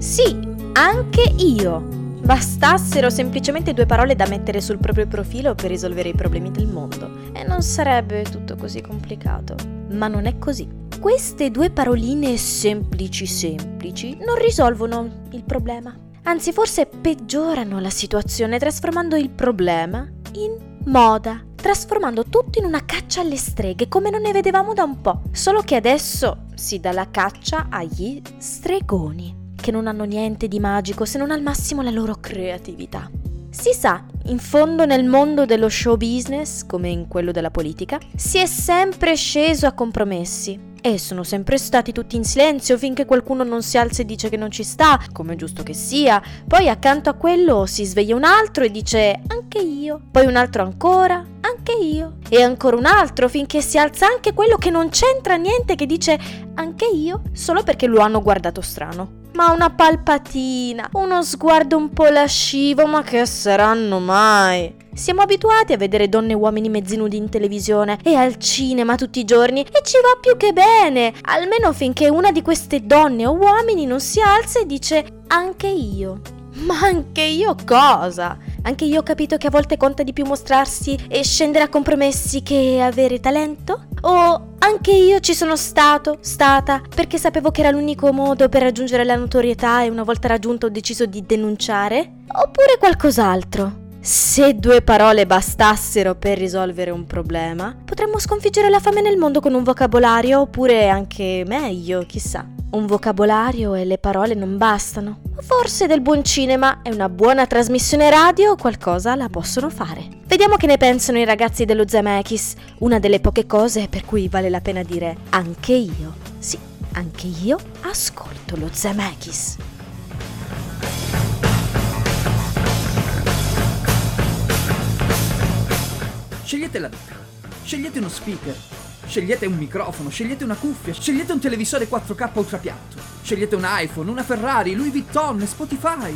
Sì, anche io. Bastassero semplicemente 2 parole da mettere sul proprio profilo per risolvere i problemi del mondo. E non sarebbe tutto così complicato. Ma non è così. Queste 2 paroline semplici non risolvono il problema. Anzi, forse peggiorano la situazione trasformando il problema in moda. Trasformando tutto in una caccia alle streghe come non ne vedevamo da un po'. Solo che adesso si dà la caccia agli stregoni, che non hanno niente di magico se non al massimo la loro creatività. Si sa, in fondo nel mondo dello show business, come in quello della politica, si è sempre sceso a compromessi. E sono sempre stati tutti in silenzio finché qualcuno non si alza e dice che non ci sta, come è giusto che sia. Poi accanto a quello si sveglia un altro e dice anche io. Poi un altro ancora, anche io. E ancora un altro finché si alza anche quello che non c'entra niente, che dice anche io, solo perché lo hanno guardato strano. Ma una palpatina, uno sguardo un po' lascivo, ma che saranno mai? Siamo abituati a vedere donne e uomini mezzi nudi in televisione e al cinema tutti i giorni e ci va più che bene, almeno finché una di queste donne o uomini non si alza e dice anche io. Ma anche io cosa? Anche io ho capito che a volte conta di più mostrarsi e scendere a compromessi che avere talento? O anche io ci sono stata, perché sapevo che era l'unico modo per raggiungere la notorietà e una volta raggiunta ho deciso di denunciare? Oppure qualcos'altro? Se 2 parole bastassero per risolvere un problema, potremmo sconfiggere la fame nel mondo con un vocabolario, oppure anche meglio, chissà. Un vocabolario e le parole non bastano. Forse del buon cinema e una buona trasmissione radio qualcosa la possono fare. Vediamo che ne pensano i ragazzi dello Zemeckis, una delle poche cose per cui vale la pena dire anche io. Sì, anche io ascolto lo Zemeckis. Scegliete la vita, scegliete uno speaker, scegliete un microfono, scegliete una cuffia, scegliete un televisore 4K ultrapiatto, scegliete un iPhone, una Ferrari, Louis Vuitton e Spotify.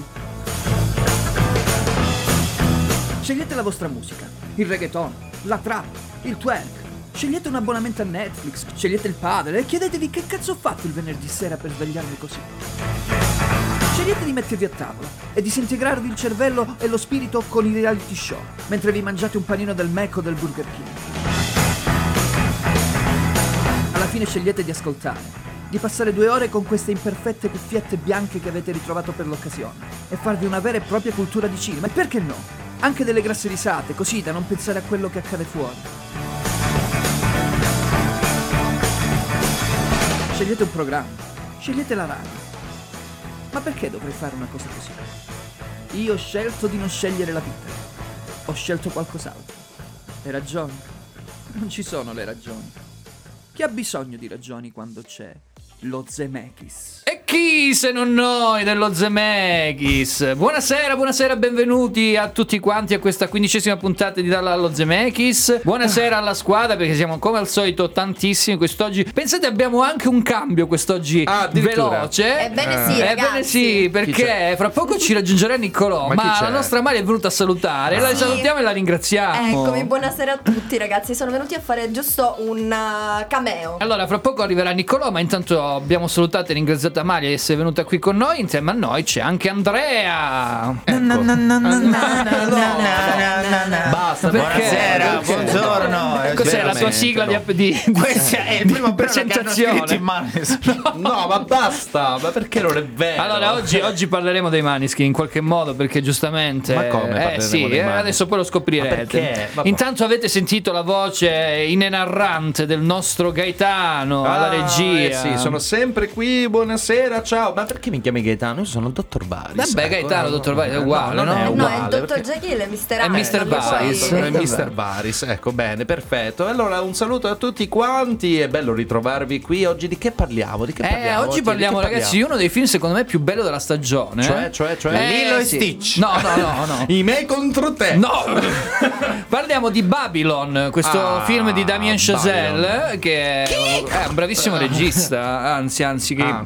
Scegliete la vostra musica, il reggaeton, la trap, il twerk, scegliete un abbonamento a Netflix, scegliete il padre e chiedetevi che cazzo ho fatto il venerdì sera per svegliarmi così. Scegliete di mettervi a tavola e disintegrarvi il cervello e lo spirito con i reality show, mentre vi mangiate un panino del Mac o del Burger King. Alla fine scegliete di ascoltare, di passare 2 ore con queste imperfette cuffiette bianche che avete ritrovato per l'occasione e farvi una vera e propria cultura di cinema. E perché no? Anche delle grasse risate, così da non pensare a quello che accade fuori. Scegliete un programma, scegliete la radio. Ma perché dovrei fare una cosa così? Io ho scelto di non scegliere la vita. Ho scelto qualcos'altro. Le ragioni? Non ci sono le ragioni. Chi ha bisogno di ragioni quando c'è lo Zemeckis? E chi se non noi dello Zemeckis? Buonasera, benvenuti a tutti quanti a questa 15ª puntata di Dalla allo Zemeckis. Buonasera alla squadra, perché siamo come al solito tantissimi quest'oggi. Pensate, abbiamo anche un cambio quest'oggi veloce. Ebbene sì, ragazzi. Ebbene sì, perché fra poco ci raggiungerà Niccolò, ma la nostra Maria è venuta a salutare. La salutiamo e la ringraziamo. Eccomi, buonasera a tutti ragazzi. Sono venuti a fare giusto un cameo. Allora, fra poco arriverà Niccolò, ma intanto abbiamo salutato e ringraziato Maria di essere venuta qui con noi. Insieme a noi c'è anche Andrea. Ecco. Basta, buonasera, buongiorno. Cos'è la tua sigla di Questo è il primo presentazione in Maneskin. No, ma basta, ma perché non è vero? Allora, oggi parleremo dei Maneskin in qualche modo, perché giustamente ma come parleremo dei adesso poi lo scoprirete. Ma perché? Intanto avete sentito la voce inenarrante del nostro Gaetano alla regia. Sì, sono sempre qui. Buonasera, ciao. Ma perché mi chiami Gaetano? Io sono il dottor Baris. Vabbè, Gaetano, dottor Baris è uguale, no? È No, uguale, è il dottor perché... Jekyll e Mr. È Hyde. Mr. Baris. È Mr. Baris, ecco, bene, perfetto. Allora, un saluto a tutti quanti. È bello ritrovarvi qui. Oggi di che parliamo? Oggi parliamo, ragazzi, di uno dei film secondo me più bello della stagione. Cioè Lilo e Stitch. No. I me contro te. No. Parliamo di Babylon, questo film di Damien Chazelle, che è un bravissimo regista, anzi che ok. se lo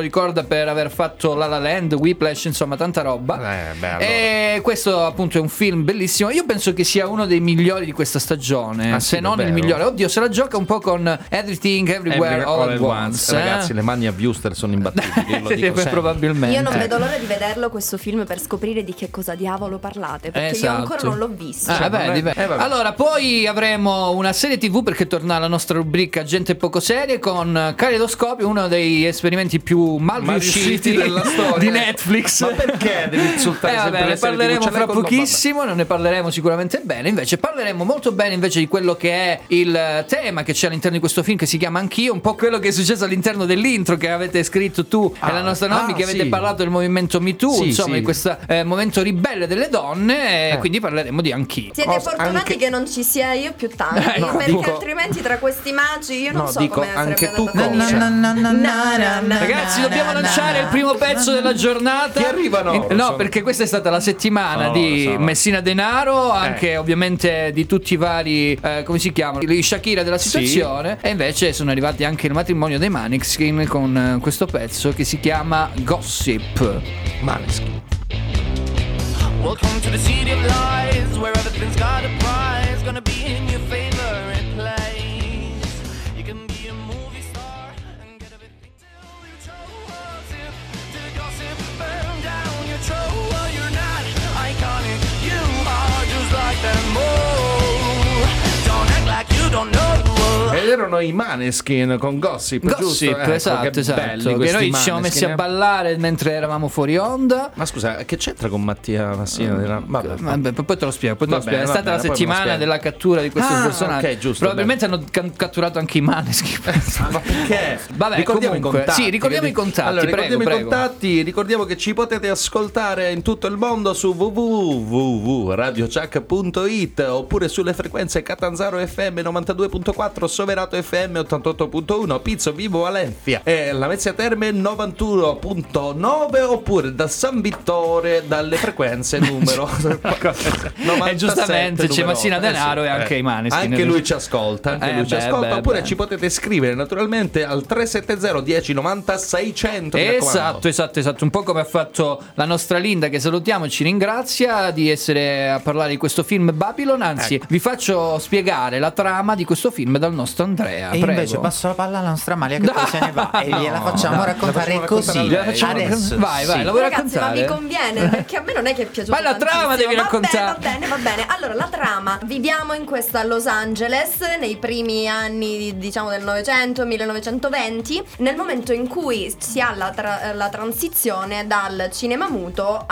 ricorda per aver fatto La La Land, Whiplash, insomma tanta roba. Beh, allora. E questo appunto è un film bellissimo. Io penso che sia uno dei migliori di questa stagione, Ah, sì, se non il davvero? migliore. Oddio, se la gioca un po' con Everything Everywhere All at Once. Ragazzi, le mani a Wuster sono imbattibili, io lo dico sempre. Probabilmente. Io non vedo l'ora di vederlo questo film per scoprire di che cosa diavolo parlate, perché io ancora non l'ho visto. Vedi. vabbè. Allora, poi avremo una serie TV perché torna la nostra rubrica Gente poco serie con Caleidoscopio, uno dei esperimenti più mal riusciti della storia di Netflix. Ma perché devi insultare sempre vabbè, le ne serie parleremo TV? Ce fra l'hai con pochissimo, non ne parleremo sicuramente bene. Invece parleremo molto bene invece di quello che è il tema che c'è all'interno di questo film, che si chiama Anch'io, un po' quello che è successo all'interno dell'intro che avete scritto tu e la nostra Nomi, che avete sì. parlato del movimento Me Too, Sì, insomma sì. di questo movimento ribelle delle donne, e quindi parleremo di Anch'io. Siete Cosa- fortunati anche- che non ci sia io più tardi, No, perché dico- altrimenti tra questi magi io non No, so dico, come anche sarebbe tu andata a cosa? finire. Ragazzi, dobbiamo lanciare il primo pezzo della giornata. Chi arrivano? No, Sono- perché questa è stata la settimana Sono di loro. Messina Denaro, anche ovviamente di tutti i vari, come si chiamano, gli Shakira della situazione. E invece sono arrivati anche il matrimonio dei Maneskin con questo pezzo che si chiama Gossip. Maneskin. Welcome to the city of lies, where everything's got a prize. Gonna be in your favorite place. You can be a movie star and get everything till you gossip, till gossip burn down your throat. Well, you're not iconic, you are just like them all. Don't act like you don't know. Ed erano i Maneskin con Gossip, Gossip, giusto? Ecco, esatto, che esatto. belli Che questi noi ci siamo messi a Maneskin, ballare mentre eravamo fuori onda. Ma scusa, che c'entra con Mattia Massina? Vabbè, poi te lo spiego. Poi te lo Va spiego. bene, È stata va la bene, poi me lo settimana spieghi. della cattura di questo personaggio. ok, giusto, Probabilmente hanno catturato anche i Maneskin. Ma perché? Vabbè, ricordiamo comunque, i contatti. sì, ricordiamo i contatti, Allora, ricordiamo prego, i contatti. Ricordiamo che ci potete ascoltare in tutto il mondo su www.radiochuck.it oppure sulle frequenze Catanzaro FM 92.4, Soverato FM 88.1, Pizzo Vivo Valencia e Lamezia Terme 91.9, oppure da San Vittore dalle frequenze numero 97, E giustamente c'è numero Massina 8. Denaro e anche i Maneskin. Anche lui ci ascolta, oppure beh. ci potete scrivere naturalmente al 370 10 90 600. mi raccomando. Esatto, un po' come ha fatto la nostra Linda, che salutiamo e ci ringrazia di essere a parlare di questo film Babylon. Anzi, vi faccio spiegare la trama di questo film dal nostro Andrea. E Prego. invece passo la palla alla nostra Amalia che poi se ne va e gliela facciamo no, raccontare la facciamo così. raccontare a lei. Adesso Vai, sì. la vuoi Ragazzi, ma raccontare? vi conviene, perché a me non è che è piaciuto Ma la trama tantissimo. devi raccontare. Va bene. Allora, la trama. Viviamo in questa Los Angeles nei primi anni, diciamo, del Novecento, 1920, nel momento in cui si ha la transizione dal cinema muto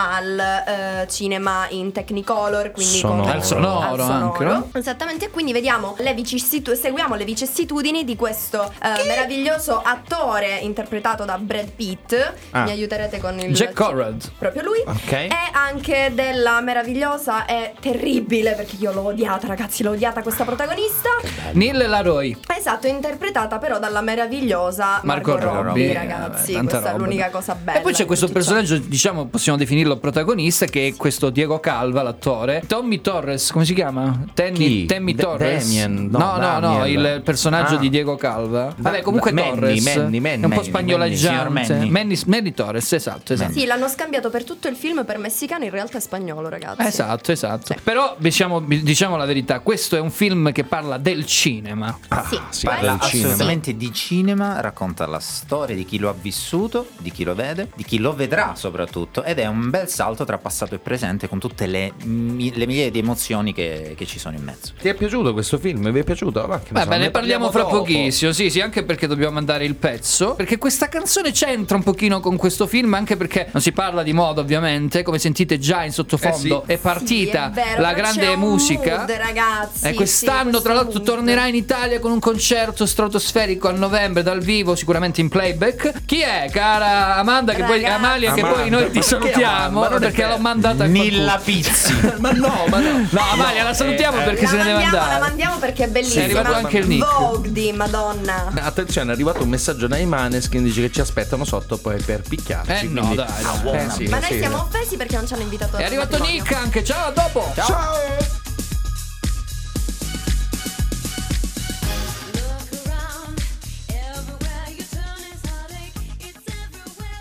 al cinema in Technicolor, quindi Sonoro. Al sonoro anche, no? Esattamente, e quindi vediamo seguiamo le vicissitudini di questo meraviglioso attore interpretato da Brad Pitt. Ah. Mi aiuterete con il Jack Conrad. proprio lui. Ok. E anche della meravigliosa e terribile, perché io l'ho odiata, ragazzi, l'ho odiata questa protagonista. Neil Laroy. Esatto, interpretata però dalla meravigliosa Margot Robbie, ragazzi. tanta Questa è roba. l'unica cosa bella. E poi c'è di questo tutto ciò. personaggio, diciamo, possiamo definirlo protagonista, che è questo Diego Calva, l'attore. Tommy Torres, come si chiama? Chi? Tammy Torres. Damien, no, Daniel. il personaggio Ah. di Diego Calva. Vabbè, comunque Manny, Torres. Manny, è un po' spagnoleggiante. signor Manny. Manny Torres, esatto. Sì, l'hanno scambiato per tutto il film per messicano, in realtà è spagnolo, ragazzi. Esatto. Però diciamo la verità, questo è un film che parla del cinema. Sì, Parla del cinema. assolutamente di cinema, racconta la storia di chi lo ha vissuto, di chi lo vede, di chi lo vedrà soprattutto, ed è un bel salto tra passato e presente con tutte le migliaia di emozioni che ci sono in mezzo. Ti è piaciuto questo film? Vi è piaciuto? Va, che ne so, Vabbè, ne parliamo fra dopo. pochissimo. Sì, anche perché dobbiamo mandare il pezzo. Perché questa canzone c'entra un pochino con questo film, anche perché non si parla di moda, ovviamente. Come sentite già in sottofondo sì. è partita Sì, è vero, la però grande c'è un musica. mood, ragazzi, E quest'anno, sì, tra l'altro, questo mood. tornerà in Italia con un concerto stratosferico a novembre dal vivo, sicuramente in playback. Chi è, cara Amanda? Che poi Ragazzi. Amalia, che Amanda, poi noi ma ti perché salutiamo Amanda? Non è perché vero. l'ho mandata a Nilla qualcuno. Pizzi. Ma no. No, Amalia, la salutiamo perché se ne deve andare. La mandiamo perché è bellissima. È arrivato anche il Nick. Vogue di Madonna. Attenzione, è arrivato un messaggio dai Maneskin, dice che ci aspettano sotto poi per picchiarci. No, quindi- dai. sì, Ma noi sì. siamo offesi perché non ci hanno invitato. È al arrivato matrimonio. Nick anche. Ciao, a dopo. Ciao. Look around, everywhere you turn is heartache. It's everywhere.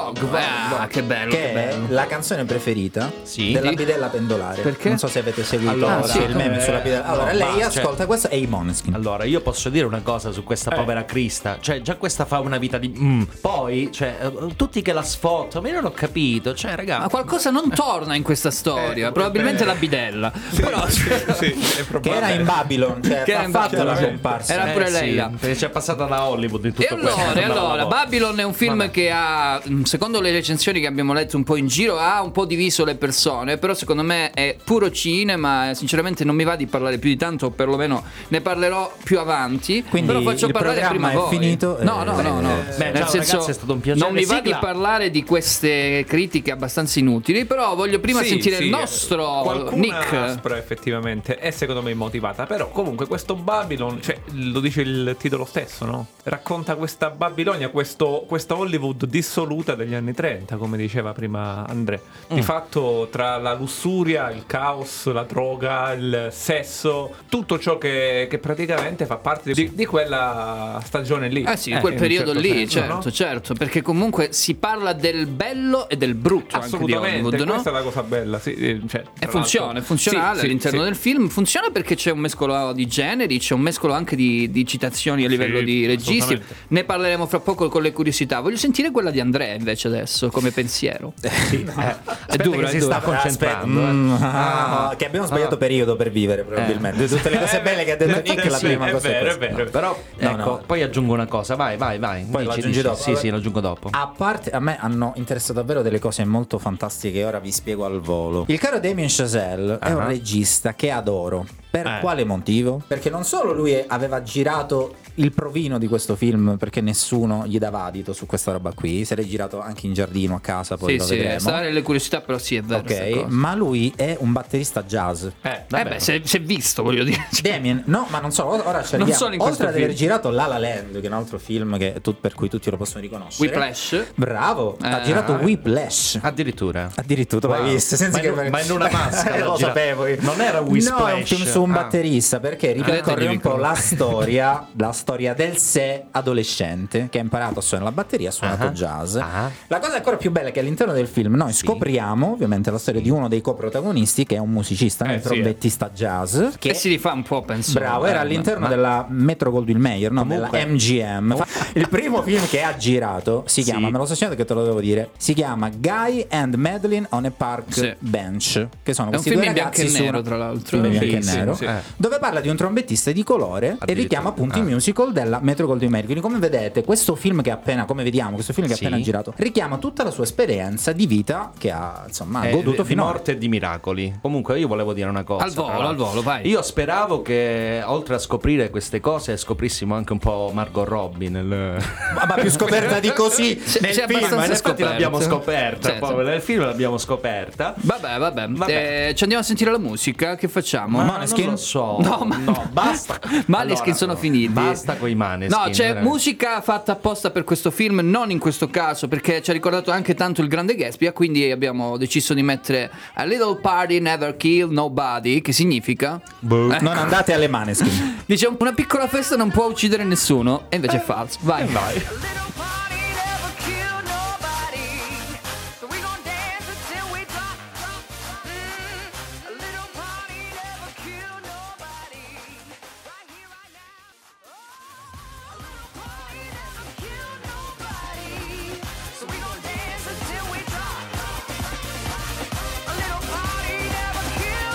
Vogue. Che bello, che che è bello. la canzone preferita Sì. della Sì. bidella pendolare. Perché? Non so se avete seguito Allora, c'è il meme sulla bidella. Allora, no, lei ma, ascolta cioè- questo e i Måneskin. Allora, io posso dire una cosa su questa povera Krista. Cioè, già questa fa una vita di. Poi, cioè, tutti che la sfottano, ma io non ho capito. Cioè, raga. Ma qualcosa non torna in questa storia, probabilmente la bidella. Però Sì, è Che probabile. era in Babylon, cioè Che era ha in fatto Babylon, la sì. comparsa. Era pure lei sì, là. perché c'è passata da Hollywood in tutto E questo. allora, Babylon è un film che ha, secondo le recensioni che abbiamo letto un po' in giro, ha un po' diviso le persone, però secondo me è puro cinema, sinceramente non mi va di parlare più di tanto, o perlomeno ne parlerò più avanti. Quindi però faccio il parlare programma prima è voi. finito, No, no. Beh, Nel ciao, senso, ragazzi, è stato un piacere. non mi va Sigla. di parlare di queste critiche abbastanza inutili, però voglio prima Sì, sentire sì, il nostro qualcuna Nick. aspra effettivamente è secondo me motivata, però comunque questo Babylon, cioè lo dice il titolo stesso, no? Racconta questa Babilonia, questa Hollywood dissoluta degli anni 30, come diceva prima Andrea. Di fatto tra la lussuria, il caos, la droga, il sesso, tutto ciò che praticamente fa parte di quella stagione lì. Eh sì, quel in un periodo certo lì, senso, no? certo, perché comunque si parla del bello e del brutto anche di Assolutamente, Hollywood, no? questa è la cosa bella, sì, cioè, E tra funziona, l'altro- è funzionale Sì, sì, all'interno sì. del film. Funziona perché c'è un mescolo di generi, c'è un mescolo anche di citazioni a livello di registi. assolutamente. Ne parleremo fra poco con le curiosità. Voglio sentire quella di Andrea invece adesso, come pensiero. È duro, che è si duro. sta concentrando. Che abbiamo sbagliato periodo per vivere, probabilmente. Tutte le cose belle che ha detto Nick, la sì, prima è cosa vero, questa. è vero. Però, No, ecco, no. poi aggiungo una cosa. Vai. Poi Dici, l'aggiungi dici. dopo. Sì, Vabbè. sì, lo aggiungo dopo. A parte, a me hanno interessato davvero delle cose molto fantastiche che ora vi spiego al volo. Il caro Damien Chazelle è un regista che adoro. Per quale motivo? Perché non solo lui aveva girato il provino di questo film, perché nessuno gli dava adito su questa roba qui, si era girato anche in giardino a casa, poi Sì, lo sì, vedremo. sta nelle curiosità, però sì, è vero. sta Ok, cosa. ma lui è un batterista jazz. Beh, si è visto, voglio dire. Damien, no, ma non so, ora ci Non arriviamo. solo in questo Oltre ad aver film. girato La La Land, che è un altro film per cui tutti lo possono riconoscere. Whiplash. Bravo, ha girato Whiplash. Addirittura. Addirittura, l'hai visto? Senza Ma in una maschera. Lo gira- sapevo io. Non era No, Whiplash. è un film su un batterista perché ripercorre detto un po' di la storia del sé adolescente che ha imparato a suonare la batteria, ha suonato jazz. La cosa ancora più bella è che all'interno del film noi scopriamo ovviamente la storia di uno dei coprotagonisti che è un musicista, un sì, trombettista jazz che E si rifà un po', penso. bravo, era all'interno della Metro Goldwyn Mayer, no? Comunque- della MGM. Il primo film che ha girato si chiama, me lo so segnato che te lo devo dire, si chiama Guy and Madeline on a Park Sì. Bench, che sono È un questi film due in bianco ragazzi e su nero, una- tra l'altro. film in bianco e Sì, nero, sì. dove parla di un trombettista di colore e richiama appunto i musical della Metro Goldwyn Mayer. Quindi come vedete, questo film che appena, come vediamo, questo film che ha Sì. appena girato, richiama tutta la sua esperienza di vita che ha, insomma, goduto di finora. morte e di miracoli. Comunque io volevo dire una cosa. Al volo, tra l'altro. al volo, vai. Io speravo che oltre a scoprire queste cose scoprissimo anche un po' Margot Robbie nel Ma più scoperta di così Sì, nel sì, film. abbastanza ma in effetti scoperta. l'abbiamo scoperta. Sì, Poi sì. nel film l'abbiamo scoperta. Vabbè. Ci andiamo a sentire la musica. Che facciamo? Ma Måneskin? non lo so. No, basta. Måneskin Allora, sono finiti. Basta coi Måneskin. No, c'è veramente. musica fatta apposta per questo film, non in questo caso, perché ci ha ricordato anche tanto il grande Gatsby, quindi abbiamo deciso di mettere A Little Party Never Kill Nobody, che significa? Non andate alle Måneskin. Dice una piccola festa non può uccidere nessuno, e invece è falso. Vai. A little party never kill nobody. So we gon' dance until we drop. A little party never kill nobody. Right here, right now. A little party never kill nobody. So we gon' dance until we drop. A little party never kill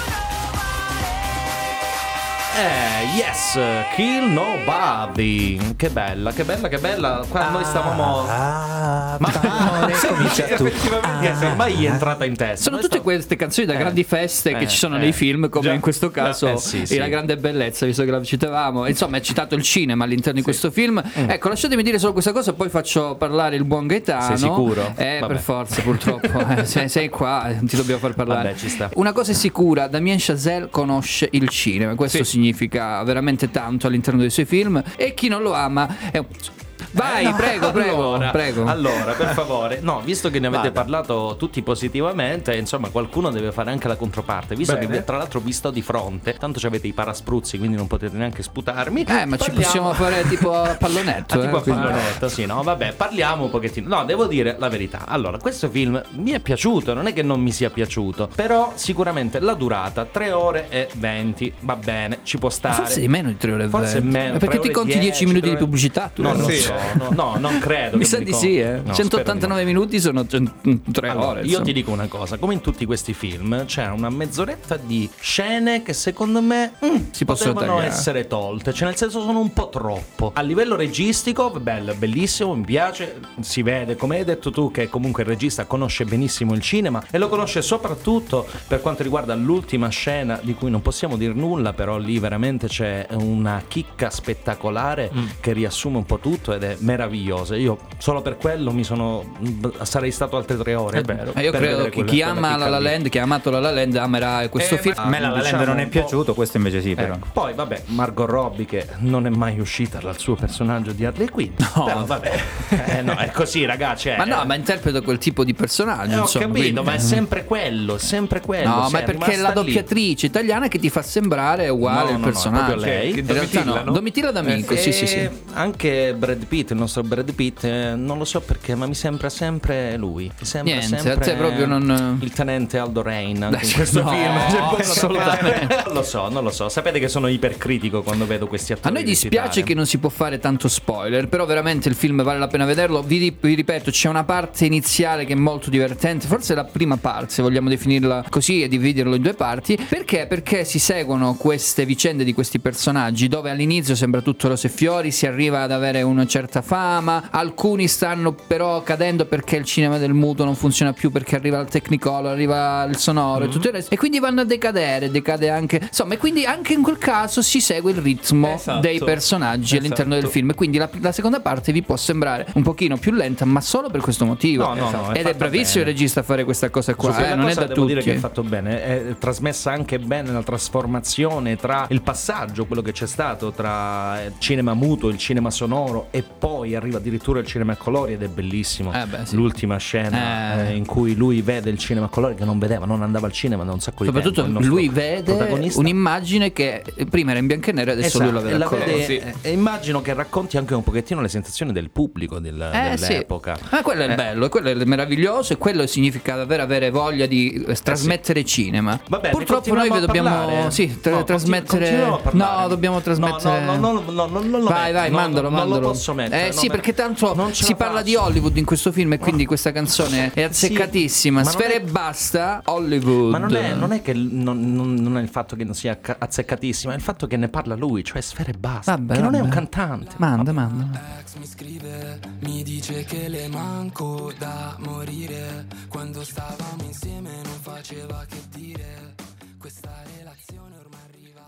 nobody. Yes, Kill Nobody. Che bella, che bella, che bella. Qua noi stavamo. Comincia tu. Effettivamente ormai gli è entrata in testa. Sono Noi tutte queste canzoni da grandi feste che ci sono nei film, come Già. in questo caso Sì, sì. La grande bellezza, visto che la citavamo. Insomma, è citato il cinema all'interno di questo film. Ecco, lasciatemi dire solo questa cosa, poi faccio parlare il buon Gaetano. Sei sicuro? Per Vabbè. forza, purtroppo. Sei qua, ti dobbiamo far parlare. Vabbè, ci sta. Una cosa è sicura, Damien Chazelle conosce il cinema. Questo significa veramente tanto all'interno dei suoi film. E chi non lo ama è un Vai, prego. Allora, per favore, no, visto che ne avete Vada. parlato tutti positivamente, insomma, qualcuno deve fare anche la controparte. Visto Bene. che tra l'altro vi sto di fronte, tanto ci avete i paraspruzzi, quindi non potete neanche sputarmi. Ma ci possiamo fare tipo a pallonetto. Tipo a quindi- pallonetto, sì, no, vabbè, parliamo un pochettino. No, devo dire la verità. Allora, questo film mi è piaciuto, non è che non mi sia piaciuto, però sicuramente la durata 3 ore e 20, va bene, ci può stare. Forse di meno di 3 ore e Forse 20. meno, Ma perché 3 ti ore conti 10, 10 minuti 3 di ore- pubblicità? Tu No, non Sì. so, no, non credo. Mi che sa mi di conti. sì, No, spero di 189 minuti sono 3 Allora, ore. io insomma. ti dico una cosa, come in tutti questi film c'è una mezz'oretta di scene che secondo me Si possono potevano tagliare. essere tolte, cioè nel senso sono un po' troppo. A livello registico, bello, bellissimo, mi piace, si vede, come hai detto tu, che comunque il regista conosce benissimo il cinema e lo conosce soprattutto per quanto riguarda l'ultima scena di cui non possiamo dire nulla, però lì veramente c'è una chicca spettacolare che riassume un po' tutto ed è meravigliosa. Io solo per quello sarei stato altre 3 ore. Io per credo vedere che quella chi ama chicca La La lì. Land, chi ha amato La La Land amerà questo film. A me La La Land diciamo non è un po'- piaciuto, questo invece sì, però. Poi vabbè, Margot Robbie che non è mai uscita dal suo personaggio di Harley Quinn. No. Però vabbè, no, è così ragazzi. Ma no, ma interpreta quel tipo di personaggio. ho insomma, capito, quindi- ma è sempre quello, sempre quello. No, cioè, ma è perché è la rimasta lì. doppiatrice italiana che ti fa sembrare uguale No, il no, personaggio. proprio lei. Che In realtà Domitilla, no? Domitilla D'Amico, sì, sì, sì. E anche Brad Pitt, il nostro Brad Pitt, non lo so perché, ma mi sembra sempre lui. Sembra Niente, sempre a te proprio non- il tenente Aldo Rain anche in questo No, film. Cioè, assolutamente. Non lo so. Sapete che sono ipercritico quando vedo questi attori. A noi dispiace recitare. che non si può fare tanto spoiler, però veramente il film vale la pena vederlo. Vi ripeto, c'è una parte iniziale che è molto divertente, forse la prima parte, se vogliamo definirla così e dividerlo in 2 parti. Perché? Perché si seguono queste vicende di questi personaggi, dove all'inizio sembra tutto rose e fiori, si arriva ad avere una certa fama, alcuni stanno però cadendo perché il cinema del muto non funziona più, perché arriva il Technicolor, arriva il sonoro e tutto il resto, e quindi vanno a decade anche, insomma, e quindi anche in quel caso si segue il ritmo Esatto. dei personaggi all'interno del film, e quindi la seconda parte vi può sembrare un pochino più lenta, ma solo per questo motivo. No, ed è fatto bravissimo bene. il regista a fare questa cosa Su qua, quella non è cosa da devo tutti. dire che è fatto bene, è trasmessa anche bene la trasformazione tra il passaggio, quello che c'è stato tra il cinema muto, il cinema sonoro, e poi arriva addirittura il cinema a colori, ed è bellissimo. Beh, sì. L'ultima scena in cui lui vede il cinema a colori, che non vedeva, non andava al cinema da un sacco di Soprattutto tempo. Il nostro lui vede protagonista. un'immagine che prima era in bianco e nero, adesso Esatto, lui la vede e a la colori. vede, sì. e immagino che racconti anche un pochettino le sensazioni del pubblico dell'epoca. Sì. Ma quello è bello, e quello è meraviglioso, e quello significa davvero avere voglia di trasmettere cinema. Vabbè, purtroppo noi vi dobbiamo trasmettere. continuiamo a parlare. No, dobbiamo trasmettere. No, non lo Vai, metto. mandalo. Non lo posso mettere. Sì, no, perché tanto non ce si la parla faccio. di Hollywood in questo film, e quindi questa canzone è azzeccatissima. Sì, ma non Sfere è- e basta, Hollywood. Ma non è che non è il fatto che non sia azzeccatissima, è il fatto che ne parla lui, cioè Sfere e basta. Vabbè, che non è vabbè. un cantante. Manda. Ex mi scrive, mi dice che le manco da morire. Quando stavamo insieme non faceva che dire. Questa relazione ormai arriva.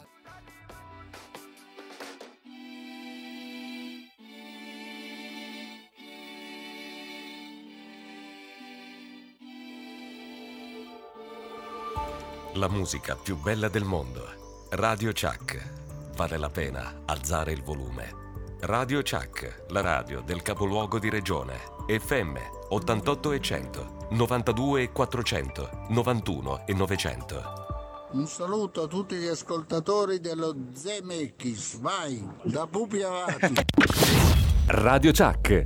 La musica più bella del mondo. Radio Chuck. Vale la pena alzare il volume. Radio Chuck, la radio del capoluogo di regione. FM 88 e 100, 92 e 400, 91 e 900. Un saluto a tutti gli ascoltatori dello Zemeckis, vai, da Pupi Avati. Radio Chuck.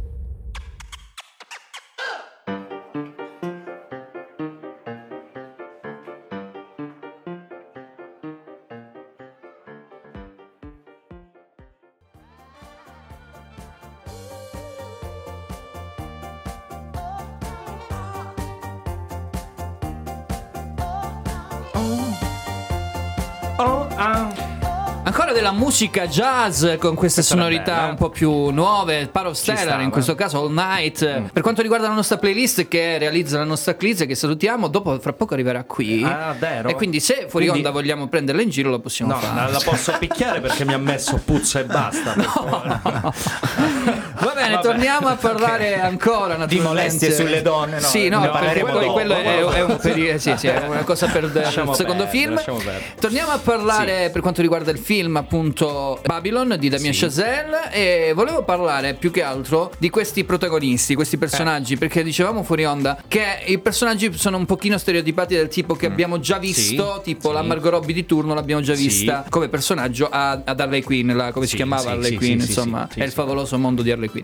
Ancora della musica jazz con queste Questa era sonorità bella, eh? un po' più nuove, Power of Stellar, stava. in questo caso All Night. Per quanto riguarda la nostra playlist che realizza la nostra Cliz, che salutiamo, dopo fra poco arriverà qui. Ah, vero? E quindi se fuori Quindi- onda vogliamo prenderla in giro, lo possiamo No, fare. la posso picchiare perché mi ha messo puzza e basta. Per favore. Vabbè, bene, torniamo a parlare ancora Di naturalmente molestie sulle donne, no? Sì, no, Ne perché parleremo quello dopo. è un sì, è una cosa per il secondo film. lasciamo perdere. Torniamo a parlare per quanto riguarda il film, appunto Babylon di Damien Chazelle, e volevo parlare più che altro di questi protagonisti, questi personaggi, perché dicevamo fuori onda che i personaggi sono un pochino stereotipati del tipo che abbiamo già visto, tipo la Margot Robbie di turno l'abbiamo già vista come personaggio ad Harley Quinn, come si chiamava Harley Quinn, insomma, è il favoloso mondo di Harley Quinn.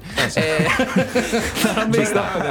Non mi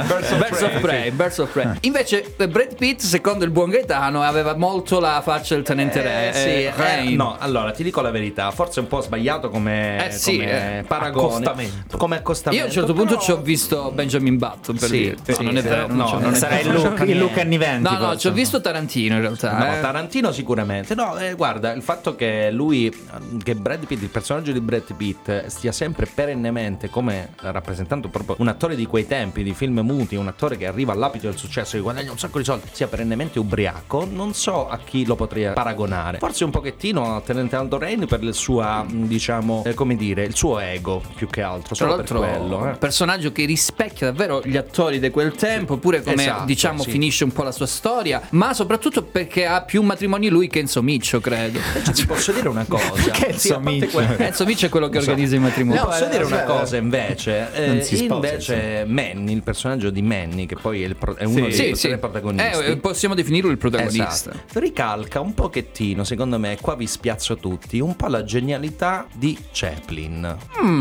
Birds of Prey. Invece Brad Pitt, secondo il buon Gaetano, aveva molto la faccia del tenente Rain. No, allora ti dico la verità, forse è un po' sbagliato come paragone, come accostamento. Io a un certo punto ci ho visto Benjamin Button per dire. Non è vero, non sarà il look anni 20. No, ci ho visto Tarantino in realtà. No, Tarantino sicuramente. No, guarda, il fatto che che Brad Pitt, il personaggio di Brad Pitt, stia sempre perennemente come rappresentando proprio un attore di quei tempi, di film muti, un attore che arriva all'apogeo del successo, che guadagna un sacco di soldi, sia perennemente ubriaco, non so a chi lo potrei paragonare. Forse un pochettino a Tenente Aldo Rain per il suo, diciamo, come dire, il suo ego più che altro. Tra Solo l'altro, per quello. un personaggio che rispecchia davvero gli attori di quel tempo, pure come diciamo finisce un po' la sua storia, ma soprattutto perché ha più matrimoni lui che Enzo Miccio, credo. Ti posso dire una cosa? Enzo Miccio è quello che organizza i matrimoni. Posso dire una cosa invece? Invece Manny, il personaggio di Manny, che poi è uno dei tre protagonisti, possiamo definirlo il protagonista. Esatto. Ricalca un pochettino, secondo me, qua vi spiazzo tutti, un po' la genialità di Chaplin.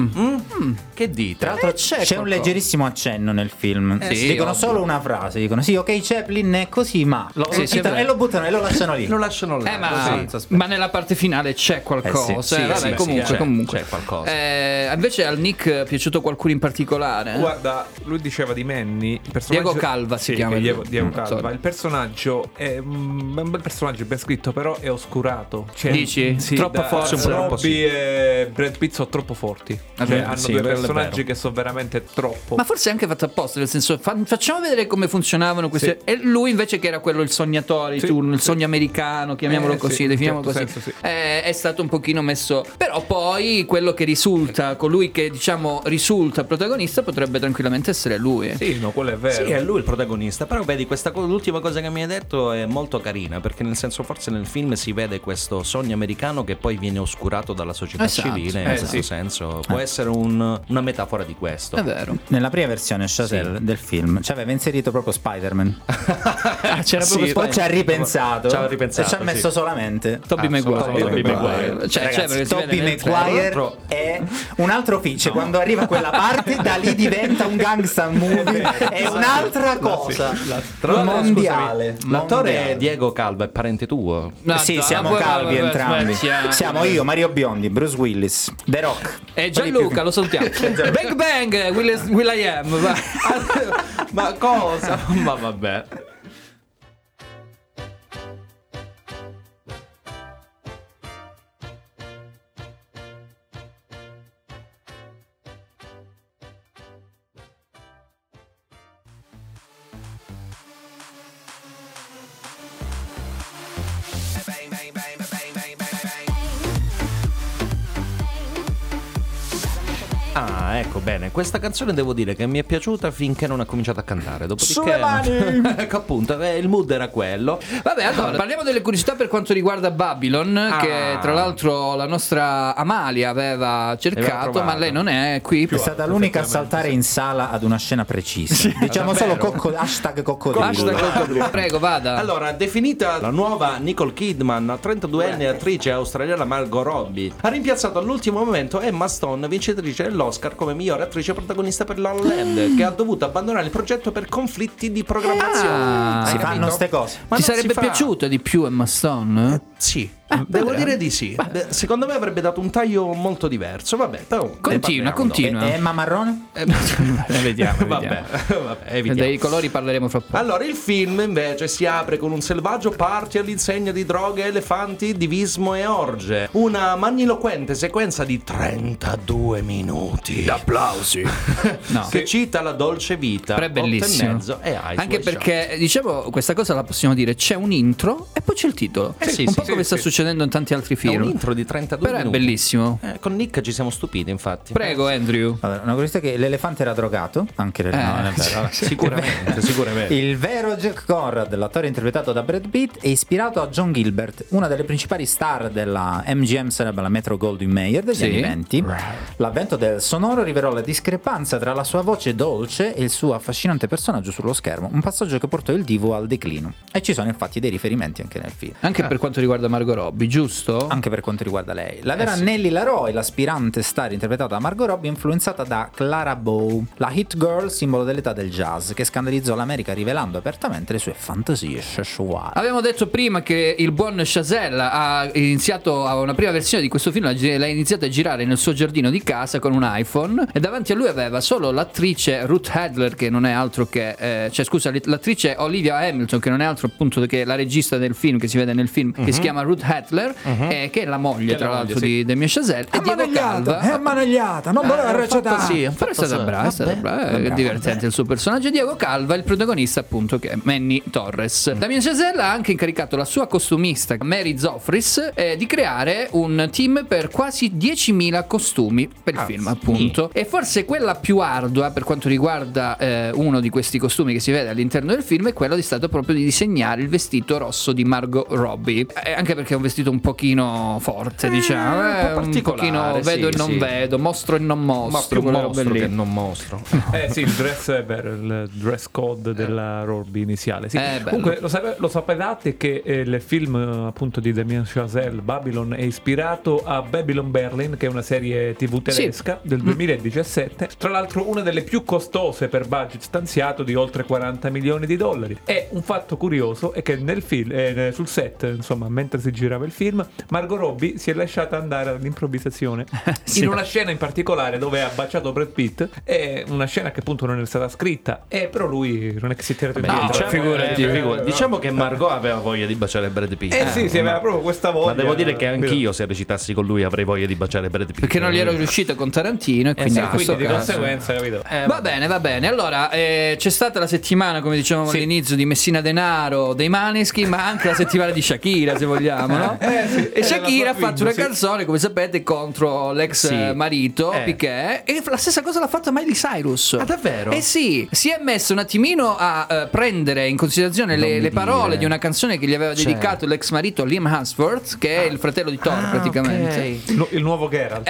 Che dite? Tra l'altro c'è un leggerissimo accenno nel film. Dicono solo una frase, dicono sì, ok, Chaplin è così, ma lo citano e lo buttano e lo lasciano lì. Lo lasciano lì. Ma nella parte finale c'è qualcosa. Comunque c'è qualcosa. Invece al Nick è piaciuto qualcuno in particolare? Guarda, lui diceva di Manny, il personaggio... Diego Calva si chiama. Diego Calva. Il personaggio è un bel personaggio, ben scritto, però è oscurato. Cioè, dici? Troppo forte. Robbie e Brad Pitt sono troppo forti. Hanno due personaggi che sono veramente troppo. Ma forse è anche fatto apposta, nel senso facciamo vedere come funzionavano questi. E lui invece, che era quello il sognatore di turno, il sogno americano, chiamiamolo così, definiamolo così. Senso, è stato un pochino messo. Però poi quello che risulta, colui che diciamo risulta protagonista, potrebbe tranquillamente essere lui. Sì, no, quello è vero. Sì, è lui il protagonista. Però vedi, l'ultima cosa che mi hai detto è molto carina, perché nel senso forse nel film si vede questo sogno americano che poi viene oscurato dalla società civile. In questo senso può essere una metafora di questo. È vero. Nella prima versione Chazelle del film ci aveva inserito proprio Spider-Man. C'era proprio poi ci ha ripensato. E ci ha messo solamente Tobey Maguire. Ragazzi, Tobey Maguire è un altro feature. Quando arriva quella parte, da lì diventa un gangsta movie. È un'altra cosa mondiale. L'attore Diego Calva è parente tuo? Sì, siamo calvi entrambi. Siamo io, Mario Biondi, Bruce Willis, The Rock e Gianluca, lo salutiamo. Bang Bang, Will I Am. Ma cosa? Ma vabbè. Ah, ecco, bene. Questa canzone devo dire che mi è piaciuta finché non ha cominciato a cantare. Dopodiché, ecco, appunto, il mood era quello. Vabbè, allora parliamo delle curiosità per quanto riguarda Babylon, che tra l'altro la nostra Amalia aveva cercato, ma lei non è qui. È stata l'unica a saltare in sala ad una scena precisa. Diciamo solo hashtag coccodrillo. Prego, vada. Allora, definita la nuova Nicole Kidman, 32enne attrice australiana Margot Robbie ha rimpiazzato all'ultimo momento Emma Stone, vincitrice dell'Oscar come migliore attrice protagonista per La La Land, che ha dovuto abbandonare il progetto per conflitti di programmazione. Si fanno ste cose. Ti sarebbe piaciuta di più Emma Stone? Sì. Devo dire di sì. Secondo me avrebbe dato un taglio molto diverso. Vabbè, però continua. Emma Marrone? Vediamo. Vabbè, evitiamo. Dei colori parleremo fra poco. Allora, il film invece si apre con un selvaggio party all'insegna di droghe, elefanti, divismo e orge. Una magniloquente sequenza di 32 minuti. Applausi. Che cita la dolce vita. Però è bellissimo. 8,5 e anche perché, diciamo, questa cosa la possiamo dire: c'è un intro e poi c'è il titolo. Un po' come sta succedendo in tanti altri È un film. intro di 32 Però è minuti. bellissimo. Con Nick ci siamo stupiti, infatti. Prego, Andrew. Allora, una curiosità è che l'elefante era drogato, anche no, non è vero. Vabbè. Sicuramente. Il vero Jack Conrad, l'attore interpretato da Brad Pitt, è ispirato a John Gilbert, una delle principali star della MGM, sarebbe la Metro Goldwyn Mayer degli anni 20. L'avvento del sonoro rivelò la discrepanza tra la sua voce dolce e il suo affascinante personaggio sullo schermo, un passaggio che portò il divo al declino. E ci sono infatti dei riferimenti anche nel film. Anche per quanto riguarda Margot Robbie, giusto? Anche per quanto riguarda lei. La vera Nellie Leroy, l'aspirante star interpretata da Margot Robbie, influenzata da Clara Bow, la hit girl simbolo dell'età del jazz, che scandalizzò l'America rivelando apertamente le sue fantasie sessuali. Avevamo detto prima che il buon Chazelle ha iniziato a una prima versione di questo film, l'ha iniziato a girare nel suo giardino di casa con un iPhone, e davanti a lui aveva solo l'attrice Ruth Handler, che non è altro che l'attrice Olivia Hamilton, che non è altro appunto che la regista del film, che si vede nel film, che si chiama Ruth Handler, che è la moglie tra l'altro di Damien Chazelle, e Diego Calva. È ammanagliata, non voleva recitare. Però è stata brava, è divertente il suo personaggio. Diego Calva, il protagonista appunto, che è Manny Torres. Damien Chazelle ha anche incaricato la sua costumista Mary Zophris di creare un team per quasi 10.000 costumi per il film, appunto. E forse quella più ardua per quanto riguarda uno di questi costumi che si vede all'interno del film è quello di stato proprio di disegnare il vestito rosso di Margot Robbie, anche perché è un vestito un pochino forte, diciamo, un pochino vedo e non vedo, mostro e non mostro, ma più mostro che non mostro. Sì, il dress code della Robbie iniziale. Sì. Comunque lo sapevate che il film appunto di Damien Chazelle, Babylon, è ispirato a Babylon Berlin, che è una serie TV tedesca del 2017. Tra l'altro una delle più costose per budget stanziato, di oltre 40 milioni di dollari. E un fatto curioso è che nel film, sul set, insomma, mentre si girava il film, Margot Robbie si è lasciata andare all'improvvisazione in una scena in particolare dove ha baciato Brad Pitt. È una scena che appunto non è stata scritta, però lui non è che si è tirato indietro. Diciamo che Margot aveva voglia di baciare Brad Pitt. Sì, aveva proprio questa voglia. Ma devo dire che anch'io, se recitassi con lui, avrei voglia di baciare Brad Pitt. Perché non gli ero riuscito con Tarantino, e quindi, quindi di conseguenza, capito? Va bene. Allora, c'è stata la settimana, come dicevamo all'inizio, di Messina Denaro, dei Maneskin, ma anche la settimana di Shakira, se vogliamo, no? E Shakira ha fatto una canzone, come sapete, contro l'ex marito Piqué, e la stessa cosa l'ha fatta Miley Cyrus. Ah, davvero? Sì, si è messo un attimino a prendere in considerazione le parole di una canzone che gli aveva dedicato l'ex marito Liam Hemsworth, che è il fratello di Thor praticamente. Il nuovo Geralt.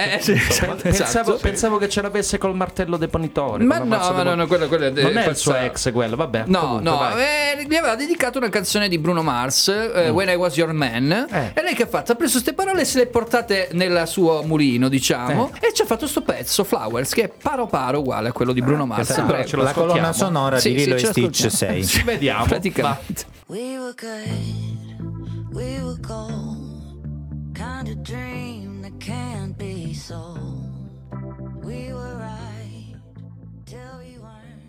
Pensavo che ce l'avesse col martello deponitore. Ma no, quello non è il suo ex, quello, vabbè. No, gli aveva dedicato una canzone di Bruno Mars, When I Was Your Man, e lei che ha fatto? Ha preso queste parole e se le ha portate nel suo mulino, diciamo, e ci ha fatto sto pezzo Flowers, che è paro uguale a quello di Bruno Mars. La colonna sonora di Lilo e Stitch 6. Ci vediamo. Praticamente. We were good, we were gold, kind of dream that can't be sold. We were right till we weren't.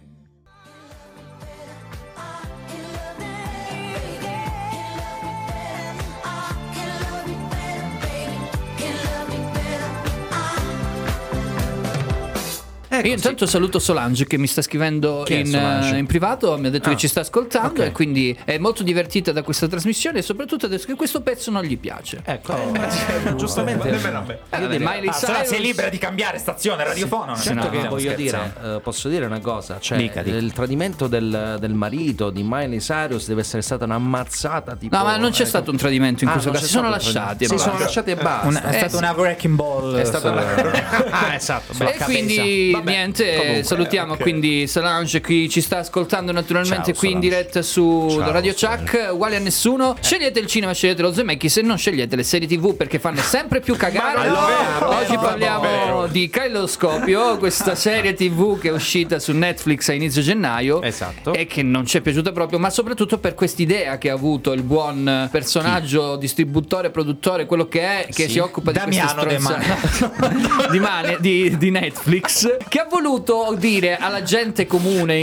Io intanto saluto Solange che mi sta scrivendo in privato, mi ha detto che ci sta ascoltando, e quindi è molto divertita da questa trasmissione, e soprattutto adesso che questo pezzo non gli piace. Ecco, giustamente. Miley Cyrus sei libera di cambiare stazione radiofono. Certo che voglio dire, posso dire una cosa, cioè il tradimento del marito di Miley Cyrus deve essere stata un'ammazzata tipo. No, ma non c'è stato un tradimento in questo caso, si sono lasciati. Si sono lasciati e basta. È stata una wrecking ball. È stata esatto. E quindi niente, comunque, salutiamo quindi Solange, chi ci sta ascoltando naturalmente. Ciao, qui in diretta su Radio Chuck, uguale a nessuno. Scegliete il cinema, scegliete lo Zemeckis, e non scegliete le serie TV perché fanno sempre più cagare. Oggi parliamo di Kaleidoscopio, questa serie TV che è uscita su Netflix a inizio gennaio, e che non ci è piaciuta proprio, ma soprattutto per quest'idea che ha avuto il buon personaggio, distributore, produttore, quello che è, che si occupa di queste stronzate di Netflix, che ha voluto dire alla gente comune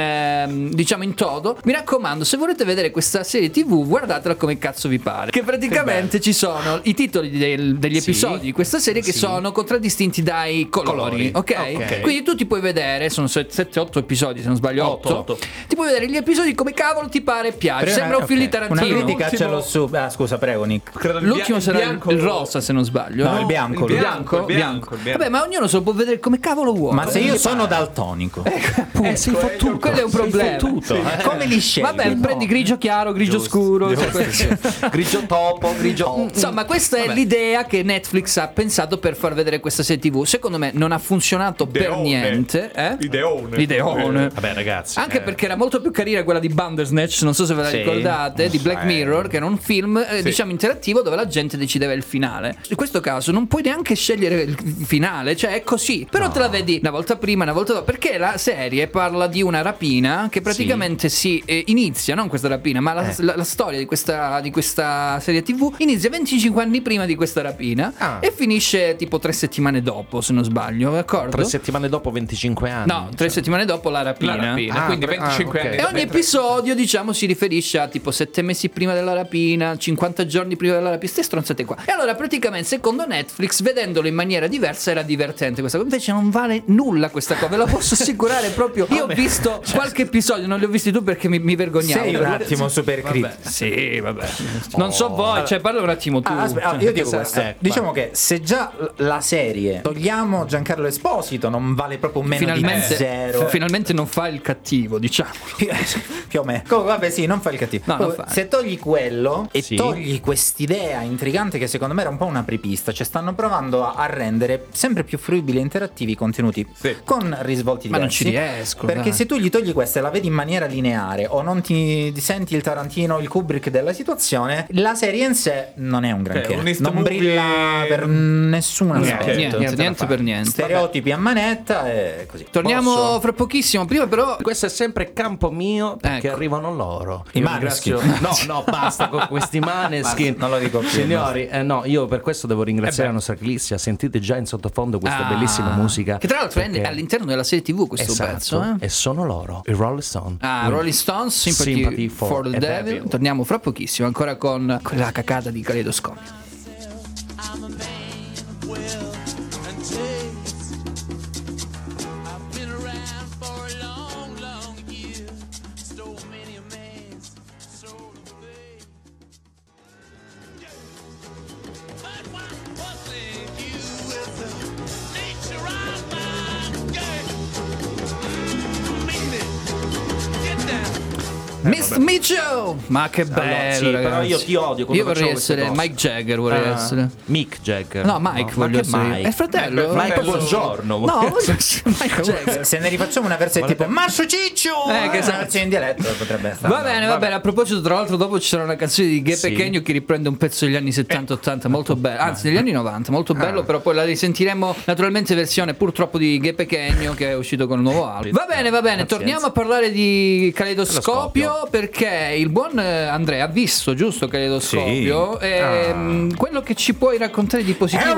diciamo in toto: mi raccomando, se volete vedere questa serie TV, guardatela come cazzo vi pare. Che praticamente ci sono i titoli degli episodi di questa serie che sono contraddistinti dai colori. Ok? Quindi tu ti puoi vedere, sono 7-8 episodi se non sbaglio, 8. Ti puoi vedere gli episodi come cavolo ti pare e piace. Sembra un film di Tarantino. Una critica ce l'ho su. Scusa, prego Nick. L'ultimo sarà il rosa se non sbaglio. No, il bianco. Vabbè, ma ognuno se lo può vedere come cavolo vuole. Ma se io sono daltonico, si fa tutto. Quello è un problema. Come li scegli? Vabbè, prendi grigio chiaro, grigio scuro, grigio topo, grigio. Insomma, questa è l'idea che Netflix ha pensato per far vedere questa serie TV. Secondo me non ha funzionato per niente. Ideone. Vabbè, ragazzi. Anche perché era molto più carina quella di Bandersnatch, non so se ve la ricordate, di Black Mirror, che era un film diciamo interattivo dove la gente decideva il finale. In questo caso non puoi neanche scegliere il finale, cioè è così. Però te la vedi una volta prima, una volta dopo, perché la serie parla di una rapina che praticamente si inizia, non questa rapina, ma la storia di questa serie TV inizia 25 anni prima di questa rapina e finisce tipo 3 settimane dopo, se non sbaglio, d'accordo? 3 settimane dopo 25 anni. No, 3 settimane dopo la rapina. Quindi 25 anni. E ogni episodio, diciamo, si riferisce a tipo 7 mesi prima della rapina, 50 giorni prima della rapina, ste stronzate qua. E allora praticamente secondo Netflix, vedendolo in maniera diversa, era divertente questa cosa. Invece non vale nulla questa cosa, ve lo posso assicurare proprio. Io ho visto qualche episodio, non li ho visti tu perché mi vergognavo. Sei un attimo super critico. Sì, vabbè. Non so voi, cioè parla un attimo tu. Io dico questo. Diciamo che se già la serie togliamo Giancarlo Esposito, non vale proprio meno di zero. Finalmente non fa il cattivo, diciamo. Più o meno. Comunque, vabbè, sì, non fa il cattivo. No, se togli quello e togli quest'idea intrigante che secondo me era un po' un apripista, cioè stanno provando a rendere sempre più fruibili e interattivi i contenuti con risvolti diversi. Ma non ci riesco. Perché se tu gli togli questo e la vedi in maniera lineare o non ti senti il Tarantino o il Kubrick della situazione, la serie in sé non è un granché. Non brilla per nessun aspetto. Niente per niente. Stereotipi a manetta e così. Torniamo fra pochissimo. Prima però questo è sempre campo mio perché arrivano loro. I Maneskin. No, basta con questi Maneskin. Non lo dico più. Signori, no, io per questo devo ringraziare la nostra Clissia. Sentite già in sottofondo questa bellissima musica. Che tra l'altro è all'interno della serie TV questo pezzo. E sono loro, i Rolling Stones. Rolling Stones, Sympathy for the Devil. Torniamo fra pochissimo ancora con quella cacata di Caleidoscopio. Miss Mitchell! Ma che bello, sì, ragazzi. però io ti odio. Io vorrei essere Mike Jagger, vorrei essere. Mick Jagger. No, Mike voglio essere. Mike? È il fratello. Mike, buongiorno. No, voglio essere Mike Jagger. Se ne rifacciamo una versione tipo Marcio Ciccio, che una versione in dialetto potrebbe essere. Va bene. A proposito, tra l'altro, dopo ci sarà una canzone di Gay Pechegno che riprende un pezzo degli anni 70-80, molto bello. Anzi, degli anni 90, molto bello. Però poi la risentiremo naturalmente versione purtroppo di Gay Pechegno che è uscito con un nuovo album. Va bene. Torniamo a parlare di Caleidoscopio perché il buon Andrea ha visto, giusto, Caleidoscopio? Sì. Quello che ci puoi raccontare di positivo?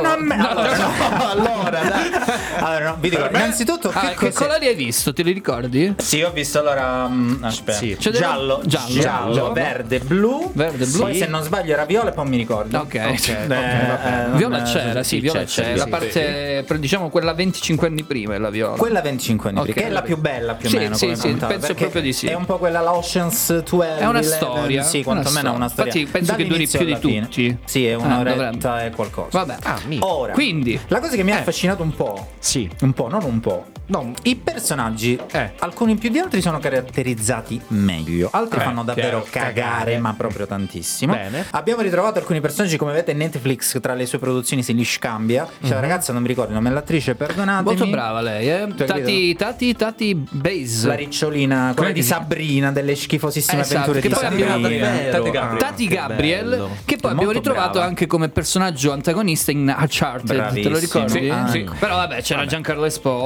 Allora, vi dico, innanzitutto che colori hai visto? Te li ricordi? Sì, ho visto allora aspetta. Sì. Giallo, verde, blu. Poi se non sbaglio era viola e poi mi ricordo. Ok. Viola c'era, viola c'era. La parte, diciamo quella 25 anni prima è la viola. Quella 25 anni prima, che è la più bella più o meno. Sì, penso proprio di sì. È un po' quella Ocean's 12. È una storia. Sì, quantomeno è una storia. Infatti penso che duri più di tutti. Sì, è un'oretta e qualcosa. Vabbè. Ora, quindi la cosa che mi ha affascinato un po'. Sì. Un po', non un po'. No. I personaggi, alcuni più di altri, sono caratterizzati meglio. Altri fanno davvero cagare, ma proprio tantissimo. Bene. Abbiamo ritrovato alcuni personaggi, come vedete Netflix tra le sue produzioni se li scambia. C'è la ragazza, non mi ricordo il nome dell'attrice, perdonatemi. Molto brava lei, Tati Base. La ricciolina, quella di Sabrina delle schifosissime avventure che di poi Sabrina. Tati Gabriel, che poi abbiamo ritrovato anche come personaggio antagonista in Uncharted. Te lo ricordi? Sì. Però vabbè, c'era Giancarlo Esposito. E poi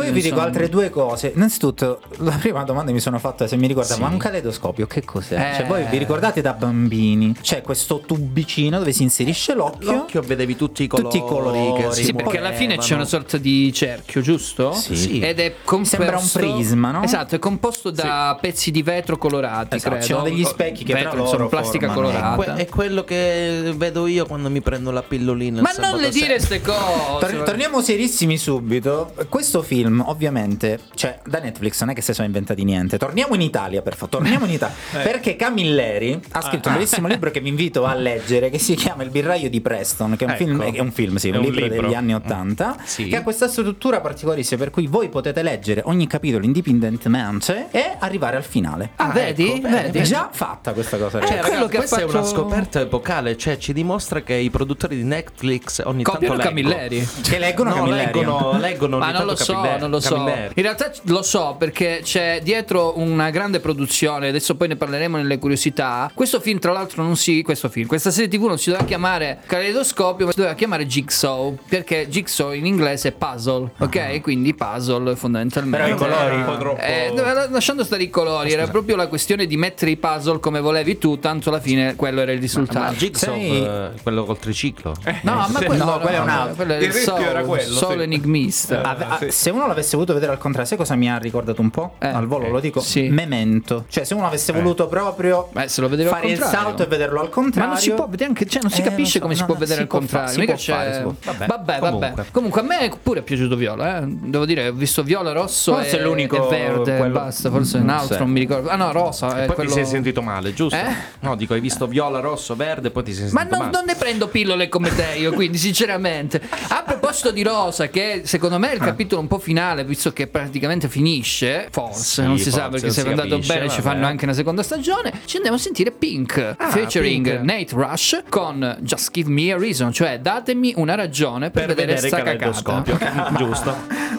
Poi vi dico insomma. altre due cose. Innanzitutto, la prima domanda mi sono fatta se mi ricordavo, ma un caleidoscopio che cos'è? Cioè, voi vi ricordate da bambini? C'è questo tubicino dove si inserisce l'occhio. L'occhio vedevi tutti i colori. Tutti i colori, che si Sì, perché alla fine c'è muovevano. una sorta di cerchio, giusto? Sì. Ed è composto, Sembra un prisma, no? Esatto, è composto da pezzi di vetro colorati, Esatto, credo. ci sono degli specchi che vetro, tra loro insomma, plastica formano- colorata. È quello che vedo io quando mi prendo la pillolina. Ma il non le sabato dire sera. ste cose. Torniamo serissimi subito. Questo film, ovviamente, cioè da Netflix non è che si sono inventati niente. Torniamo in Italia, per favore. Torniamo in Italia. Perché Camilleri ha scritto un bellissimo libro che vi invito a leggere, che si chiama Il birraio di Preston, che è un film, sì, un libro degli anni '80, Sì. che ha questa struttura particolarissima per cui voi potete leggere ogni capitolo indipendentemente e arrivare al finale. Ah, vedi? Vedi? Già fatta questa cosa. Cioè, quello ragazzi, che ha questa fatto- è una scoperta epocale, cioè ci dimostra che i produttori di Netflix ogni Copiano tanto Camilleri. Che leggono Camilleri. leggono ogni Ma non tanto lo so, Camilleri. non lo so. Camilleri. In realtà lo so perché c'è dietro una grande produzione. Adesso poi ne parleremo nelle curiosità. Questo film, tra l'altro, questa serie TV non si doveva chiamare Caleidoscopio, ma si doveva chiamare Jigsaw. Perché Jigsaw in inglese è puzzle, ok? Quindi puzzle fondamentalmente. Però i colori un po' troppo. Lasciando stare i colori, era proprio la questione di mettere i puzzle come volevi tu, tanto alla fine quello era il risultato. Ma Jigsaw, Sei- quello col triciclo. No, ma quello, no, quello è un altro. quello è Il rischio Soul, era quello, Soul sì. enigmista. Sì. Se uno l'avesse voluto vedere al contrario, sai cosa mi ha ricordato un po'? Al volo lo dico. sì. Memento. Cioè, se uno avesse voluto proprio Beh, se lo vedeva al fare il contrario. salto e vederlo al contrario. Ma non si può vedere anche, cioè non si capisce non come so, si no, può no, vedere si al può contrario. si Mica può fare, si può. Vabbè. Comunque a me pure è piaciuto Viola, Devo dire, ho visto Viola, rosso Forse e, è l'unico e verde, quello- basta, forse un altro, sì. non mi ricordo. Ah no, rosa, è Poi quello... ti sei sentito male, giusto? Eh? No, dico, hai visto viola, rosso, verde, poi ti sei Ma sentito non, male. non ne prendo pillole come te io, quindi sinceramente. A proposito di Rosa, che secondo me è il capitolo un po' finale, visto che praticamente finisce, forse, Sì, non si sa forse, perché non se è si andato capisce, bene ci vabbè. fanno anche una seconda stagione, ci andiamo a sentire Pink, featuring Pink. Nate Rush con Just Give Me a Reason, cioè datemi una ragione per vedere sta cagata. Giusto.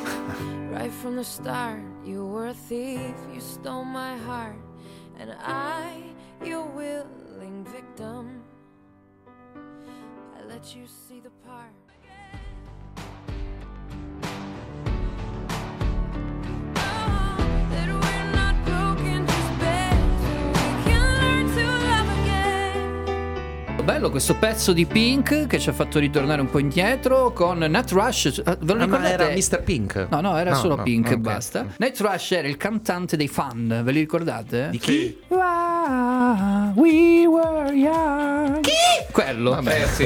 Right from the start, you were a thief, you stole my heart, and I, your willing victim. I let you see the part. Oh, that we're not broken, just better. We can learn to love again. Bello questo pezzo di Pink che ci ha fatto ritornare un po' indietro con Nate Rush. Ve lo Ma ricordate? era Mr. Pink. No, era solo Pink e ok. basta. Nate Rush era il cantante dei Fan, ve li ricordate? Di chi? Wow, we were young. Chi? Quello. Vabbè, Sì.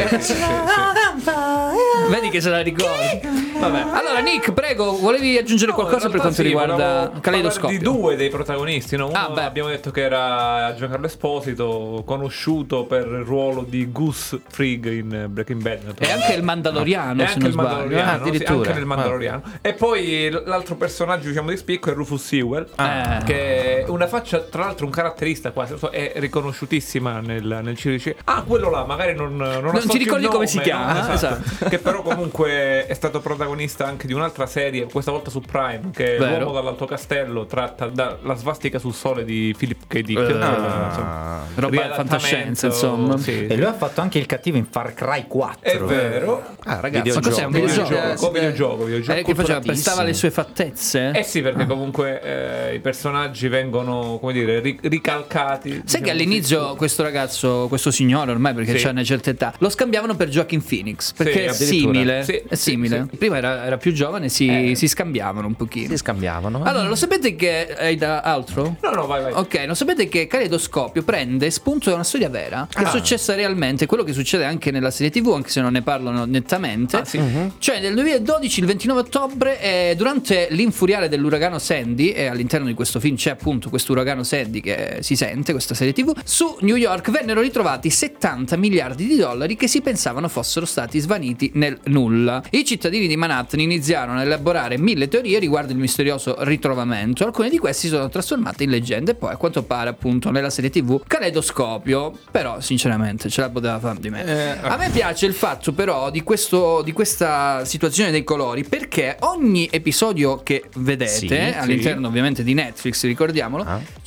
Vedi che se la ricordi. Vabbè. Allora, Nick, prego, volevi aggiungere qualcosa per quanto riguarda Caleidoscopio? Di due dei protagonisti, no? Uno Ah, beh. abbiamo detto che era Giancarlo Esposito, conosciuto per il ruolo di Gus Fring in Breaking Bad. E anche il Mandaloriano, E se anche non il sbaglio. Mandaloriano, sì, addirittura. anche nel Mandaloriano. E poi l'altro personaggio, diciamo, di spicco è Rufus Sewell, che è una faccia, tra l'altro un caratterista quasi, è riconosciutissima nel CDC. Ah, quello là, magari non ti ricordi come si chiama, no? esatto. Che però comunque è stato protagonista anche di un'altra serie, questa volta su Prime, che è Vero. L'uomo dall'alto castello, tratta dalla svastica sul sole di Philip K. Dick. Roba Riadattamento, fantascienza, insomma. sì. E lui ha fatto anche il cattivo in Far Cry 4. È vero. Ah, ragazzi, Ma cos'è, un videogioco? Videogioco. Che faceva, prestava le sue fattezze? Eh sì, perché comunque i personaggi vengono, come dire, ricalcati. Sai che diciamo all'inizio così. questo ragazzo, questo signore ormai perché Sì. c'ha una certa età, lo scambiavano per Joaquin Phoenix perché Sì, è addirittura. simile. Sì, è simile. sì. Prima era più giovane, si scambiavano un pochino. Si scambiavano. Allora, lo sapete che hai da altro? No, vai. Ok, lo sapete che Caleidoscopio prende spunto da una storia vera che è successa realmente, quello che succede anche nella serie TV, anche se non ne parlano nettamente. Cioè nel 2012, il 29 ottobre, durante l'infuriare dell'uragano Sandy, e all'interno di questo film c'è appunto questo uragano Sandy che si sente, questa serie TV, su New York vennero ritrovati 70 miliardi di dollari che si pensavano fossero stati svaniti nel nulla. I cittadini di Manhattan iniziarono a elaborare 1000 teorie riguardo il misterioso ritrovamento. Alcune di queste si sono trasformate in leggende e poi a quanto pare appunto nella serie TV Caleidoscopio, però sinceramente ce la poteva fare di me. A me piace il fatto però di questa situazione dei colori, perché ogni episodio che vedete Sì, all'interno ovviamente di Netflix, ricordiamolo, c'è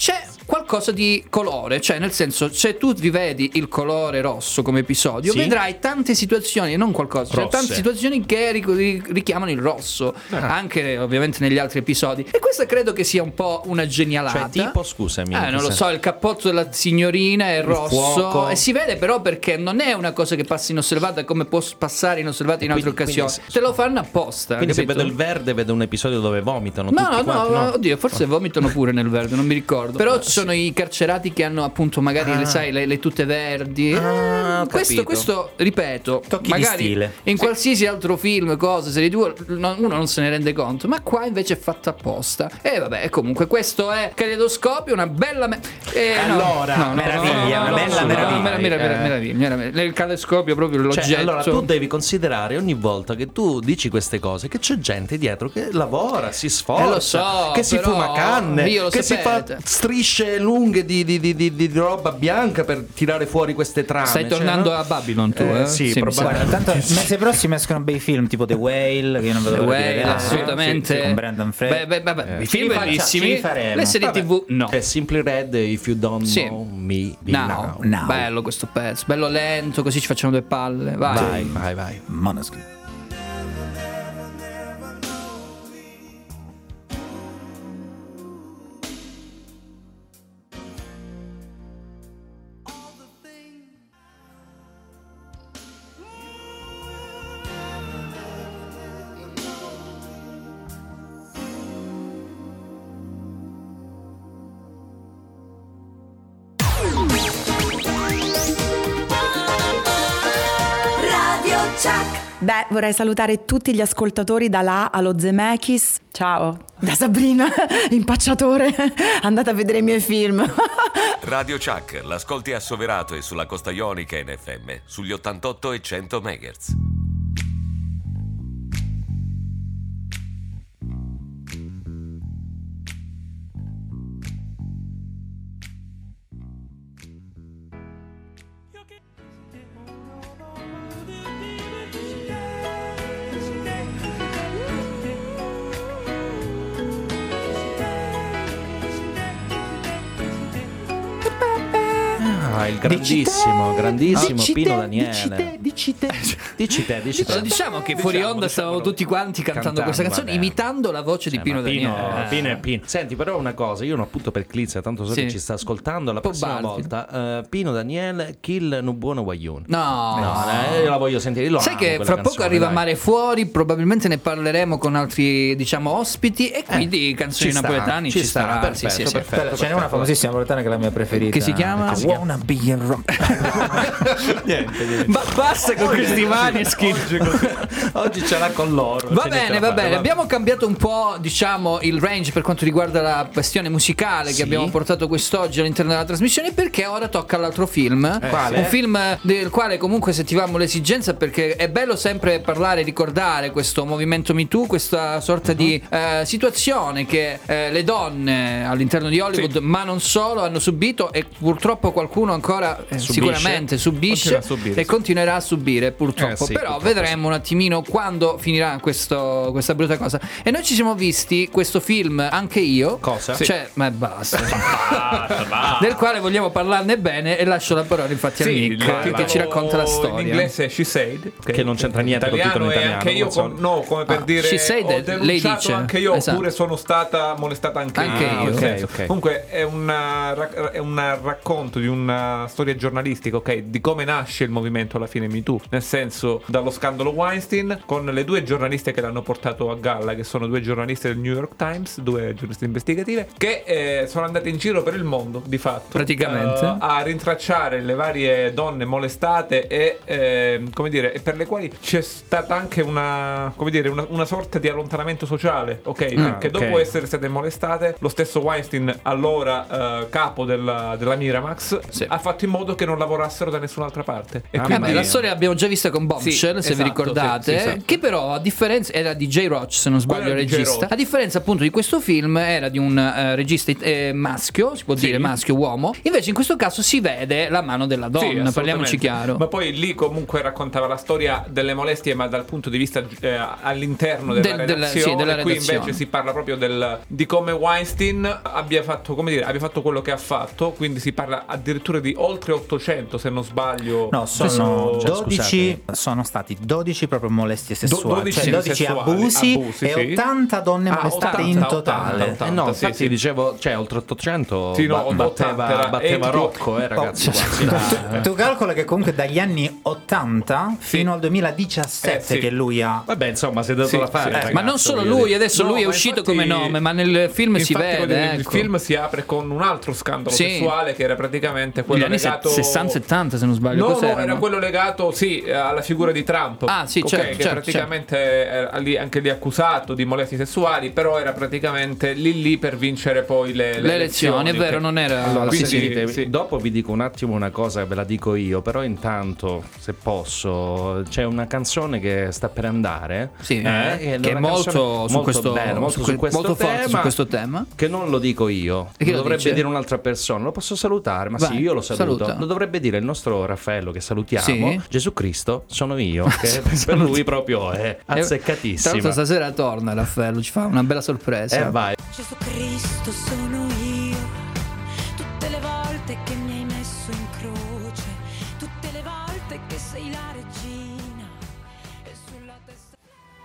qualcosa di colore, cioè nel senso, se tu rivedi il colore rosso come episodio, Sì. vedrai tante situazioni, non qualcosa, cioè Rosse. tante situazioni che richiamano il rosso, anche ovviamente negli altri episodi. E questa credo che sia un po' una genialata. Cioè, tipo, scusami. Non lo so, il cappotto della signorina è rosso fuoco. e si vede però perché non è una cosa che passa inosservata come può passare inosservata in altre Quindi- occasioni. quindi- Te lo fanno apposta. Quindi se capito? vedo il verde, vedo un episodio dove vomitano No, tutti no, quanti, no, oddio, forse vomitano pure nel verde, non mi ricordo. Però ci sono i carcerati che hanno appunto magari sai, le tute verdi. Ho capito. Questo, ripeto, Tocchi di magari stile. in qualsiasi altro film, cosa, serie TV, uno non se ne rende conto, ma qua invece è fatta apposta. E vabbè, e comunque questo è Caleidoscopio, una bella Allora, meraviglia, una bella meraviglia. Il Caleidoscopio proprio l'oggetto. Cioè, allora tu devi considerare ogni volta che tu dici queste cose che c'è gente dietro che lavora, si sforza, lo so, che si però fuma canne, io lo che si fa sapete. strisce lunghe di roba bianca per tirare fuori queste trame. Stai cioè, tornando no? a Babylon tu, Sì, mi sa. probabilmente. Tanto il mese prossimo escono bei film tipo The Whale, che io non vedo The l'ora di Whale, vedere. assolutamente. Sì, con Brandon Fraser. Beh, i film Ci rifaccia- bellissimi. ci rifaremo. Le serie Vabbè. TV no. È Simply Red, If You Don't Sì. Know Me Be No, Now. bello questo pezzo, bello lento, così ci facciamo due palle. Vai. Vai. Måneskin. Radio Chuck. Beh, vorrei salutare tutti gli ascoltatori da là allo Zemeckis. Ciao, da Sabrina, impacciatore. Andate a vedere i miei film. Radio Chuck, l'ascolti a Soverato e sulla Costa Ionica in FM, sugli 88 e 100 MHz. Il grandissimo Dici Pino te, Daniele. dici te. Allora, diciamo che fuori onda stavamo tutti quanti cantando questa canzone, vabbè. imitando la voce di Pino Daniele. Pino è Pino. Senti, però una cosa, io non appunto per Clizia, tanto so Sì. che ci sta ascoltando. La Po' prossima Bardi. volta Pino Daniele, Kill un buono guaglione. No, io la voglio sentire. Lo sai amo che quella fra poco canzone, arriva dai. Mare Fuori, probabilmente ne parleremo con altri, diciamo, ospiti e quindi canzoni ci sta, napoletani ci ci sta, starà. perfetto, Sì. perfetto. Ce n'è una famosissima napoletana che è la mia preferita. Che si chiama? Wanna be in rock. Niente. Ma basta con questi Maneskin. Oggi ce l'ha con loro. Va ce n'è bene, da va fare, bene. Abbiamo cambiato un po', diciamo, il range per quanto riguarda la questione musicale Sì. che abbiamo portato quest'oggi all'interno della trasmissione, perché ora tocca all'altro film. Quale? Un film del quale comunque sentivamo l'esigenza, perché è bello sempre parlare, ricordare questo movimento Me Too, questa sorta di situazione che le donne all'interno di Hollywood, ma non solo, hanno subito, e purtroppo qualcuno ancora sicuramente subisce Continua a subire, e sì. continuerà a subire, purtroppo. Sì, Però purtroppo vedremo un attimino quando finirà questa brutta cosa. E noi ci siamo visti questo film, anche io. Cosa? Cioè, ma basta. Del quale vogliamo parlarne bene, e lascio la parola infatti a Nick che ci racconta la storia. In inglese She Said, Che non c'entra niente con il titolo italiano, italiano. e anche io non so. no, come per dire She Said, ho lei denunciato dice. anche io, Esatto. oppure sono stata molestata anche Anche io. io. Nel Ok, senso. ok. Comunque è un racconto di una storia giornalistica, ok, di come nasce il movimento alla fine Me Too, nel senso dallo scandalo Weinstein, con le due giornaliste che l'hanno portato a galla, che sono due giornaliste del New York Times, due giornaliste investigative, che sono andate in giro per il mondo di fatto, praticamente, a rintracciare le varie donne molestate e come dire, e per le quali c'è stata anche una, come dire, una sorta di allontanamento sociale, ok? Perché ok. dopo essere state molestate, lo stesso Weinstein, allora capo della Miramax, Sì. ha fatto in modo che non lavorassero da nessun'altra parte. E Beh, la storia l'abbiamo già vista con Bombshell, Sì, se vi esatto, ricordate, sì, esatto. che però a differenza era di J. Roach, se non sbaglio, il Quello di J. regista. Roach. A differenza appunto di questo film era di un regista maschio, si può dire maschio, uomo. Invece in questo caso si vede la mano della donna, Sì, parliamoci assolutamente. chiaro. Ma poi lì comunque raccontava la storia delle molestie, ma dal punto di vista all'interno della relazione. della Qui redazione. invece si parla proprio di come Weinstein abbia fatto quello che ha fatto. Quindi si parla addirittura di oltre 800, se non sbaglio. No, sono 12, sono stati 12 proprio molestie sessuali, 12 sessuali, abusi e sì. 80 donne molestate in 80, totale. 80, no, sì, infatti sì. dicevo, cioè oltre 800 Sì, no, batteva era Rocco, ragazzi. Tu calcola che comunque dagli anni 80 fino al 2017 sì. che lui ha. Vabbè, insomma, si è dato Sì, da fare. sì. ragazzo, Ma non solo voglio lui, dire. adesso No, lui è ma uscito infatti- come nome, ma nel film si Infatti, vede. Il ecco. film si apre con un altro scandalo Sì. sessuale che era praticamente Negli quello anni legato 60-70, se non sbaglio. No, cos'erano? era quello legato, alla figura di Trump. Ah, sì, Ok, certo, che certo, praticamente era anche lì accusato di molestie sessuali, però era praticamente lì per vincere poi le elezioni, è vero, non era. Allora, Quindi, sentite, sì. dopo vi dico un attimo una cosa, ve la dico io, però intanto, se posso, c'è una canzone che sta per andare, Sì, che che è molto su questo, bella, molto su questo molto forte tema, su questo tema. che non lo dico io, E chi lo lo dovrebbe dice? dire un'altra persona, lo posso salutare, ma Vai, sì, io lo saluto, saluta. lo dovrebbe dire il nostro Raffaello che salutiamo, Sì. Gesù Cristo sono io, che per lui proprio è Tra azzeccatissima. l'altro stasera torna Raffaello, ci fa una bella sorpresa. Vai. Gesù Cristo sono io, tutte le volte che mi hai messo in croce, tutte le volte che sei la regina e sulla testa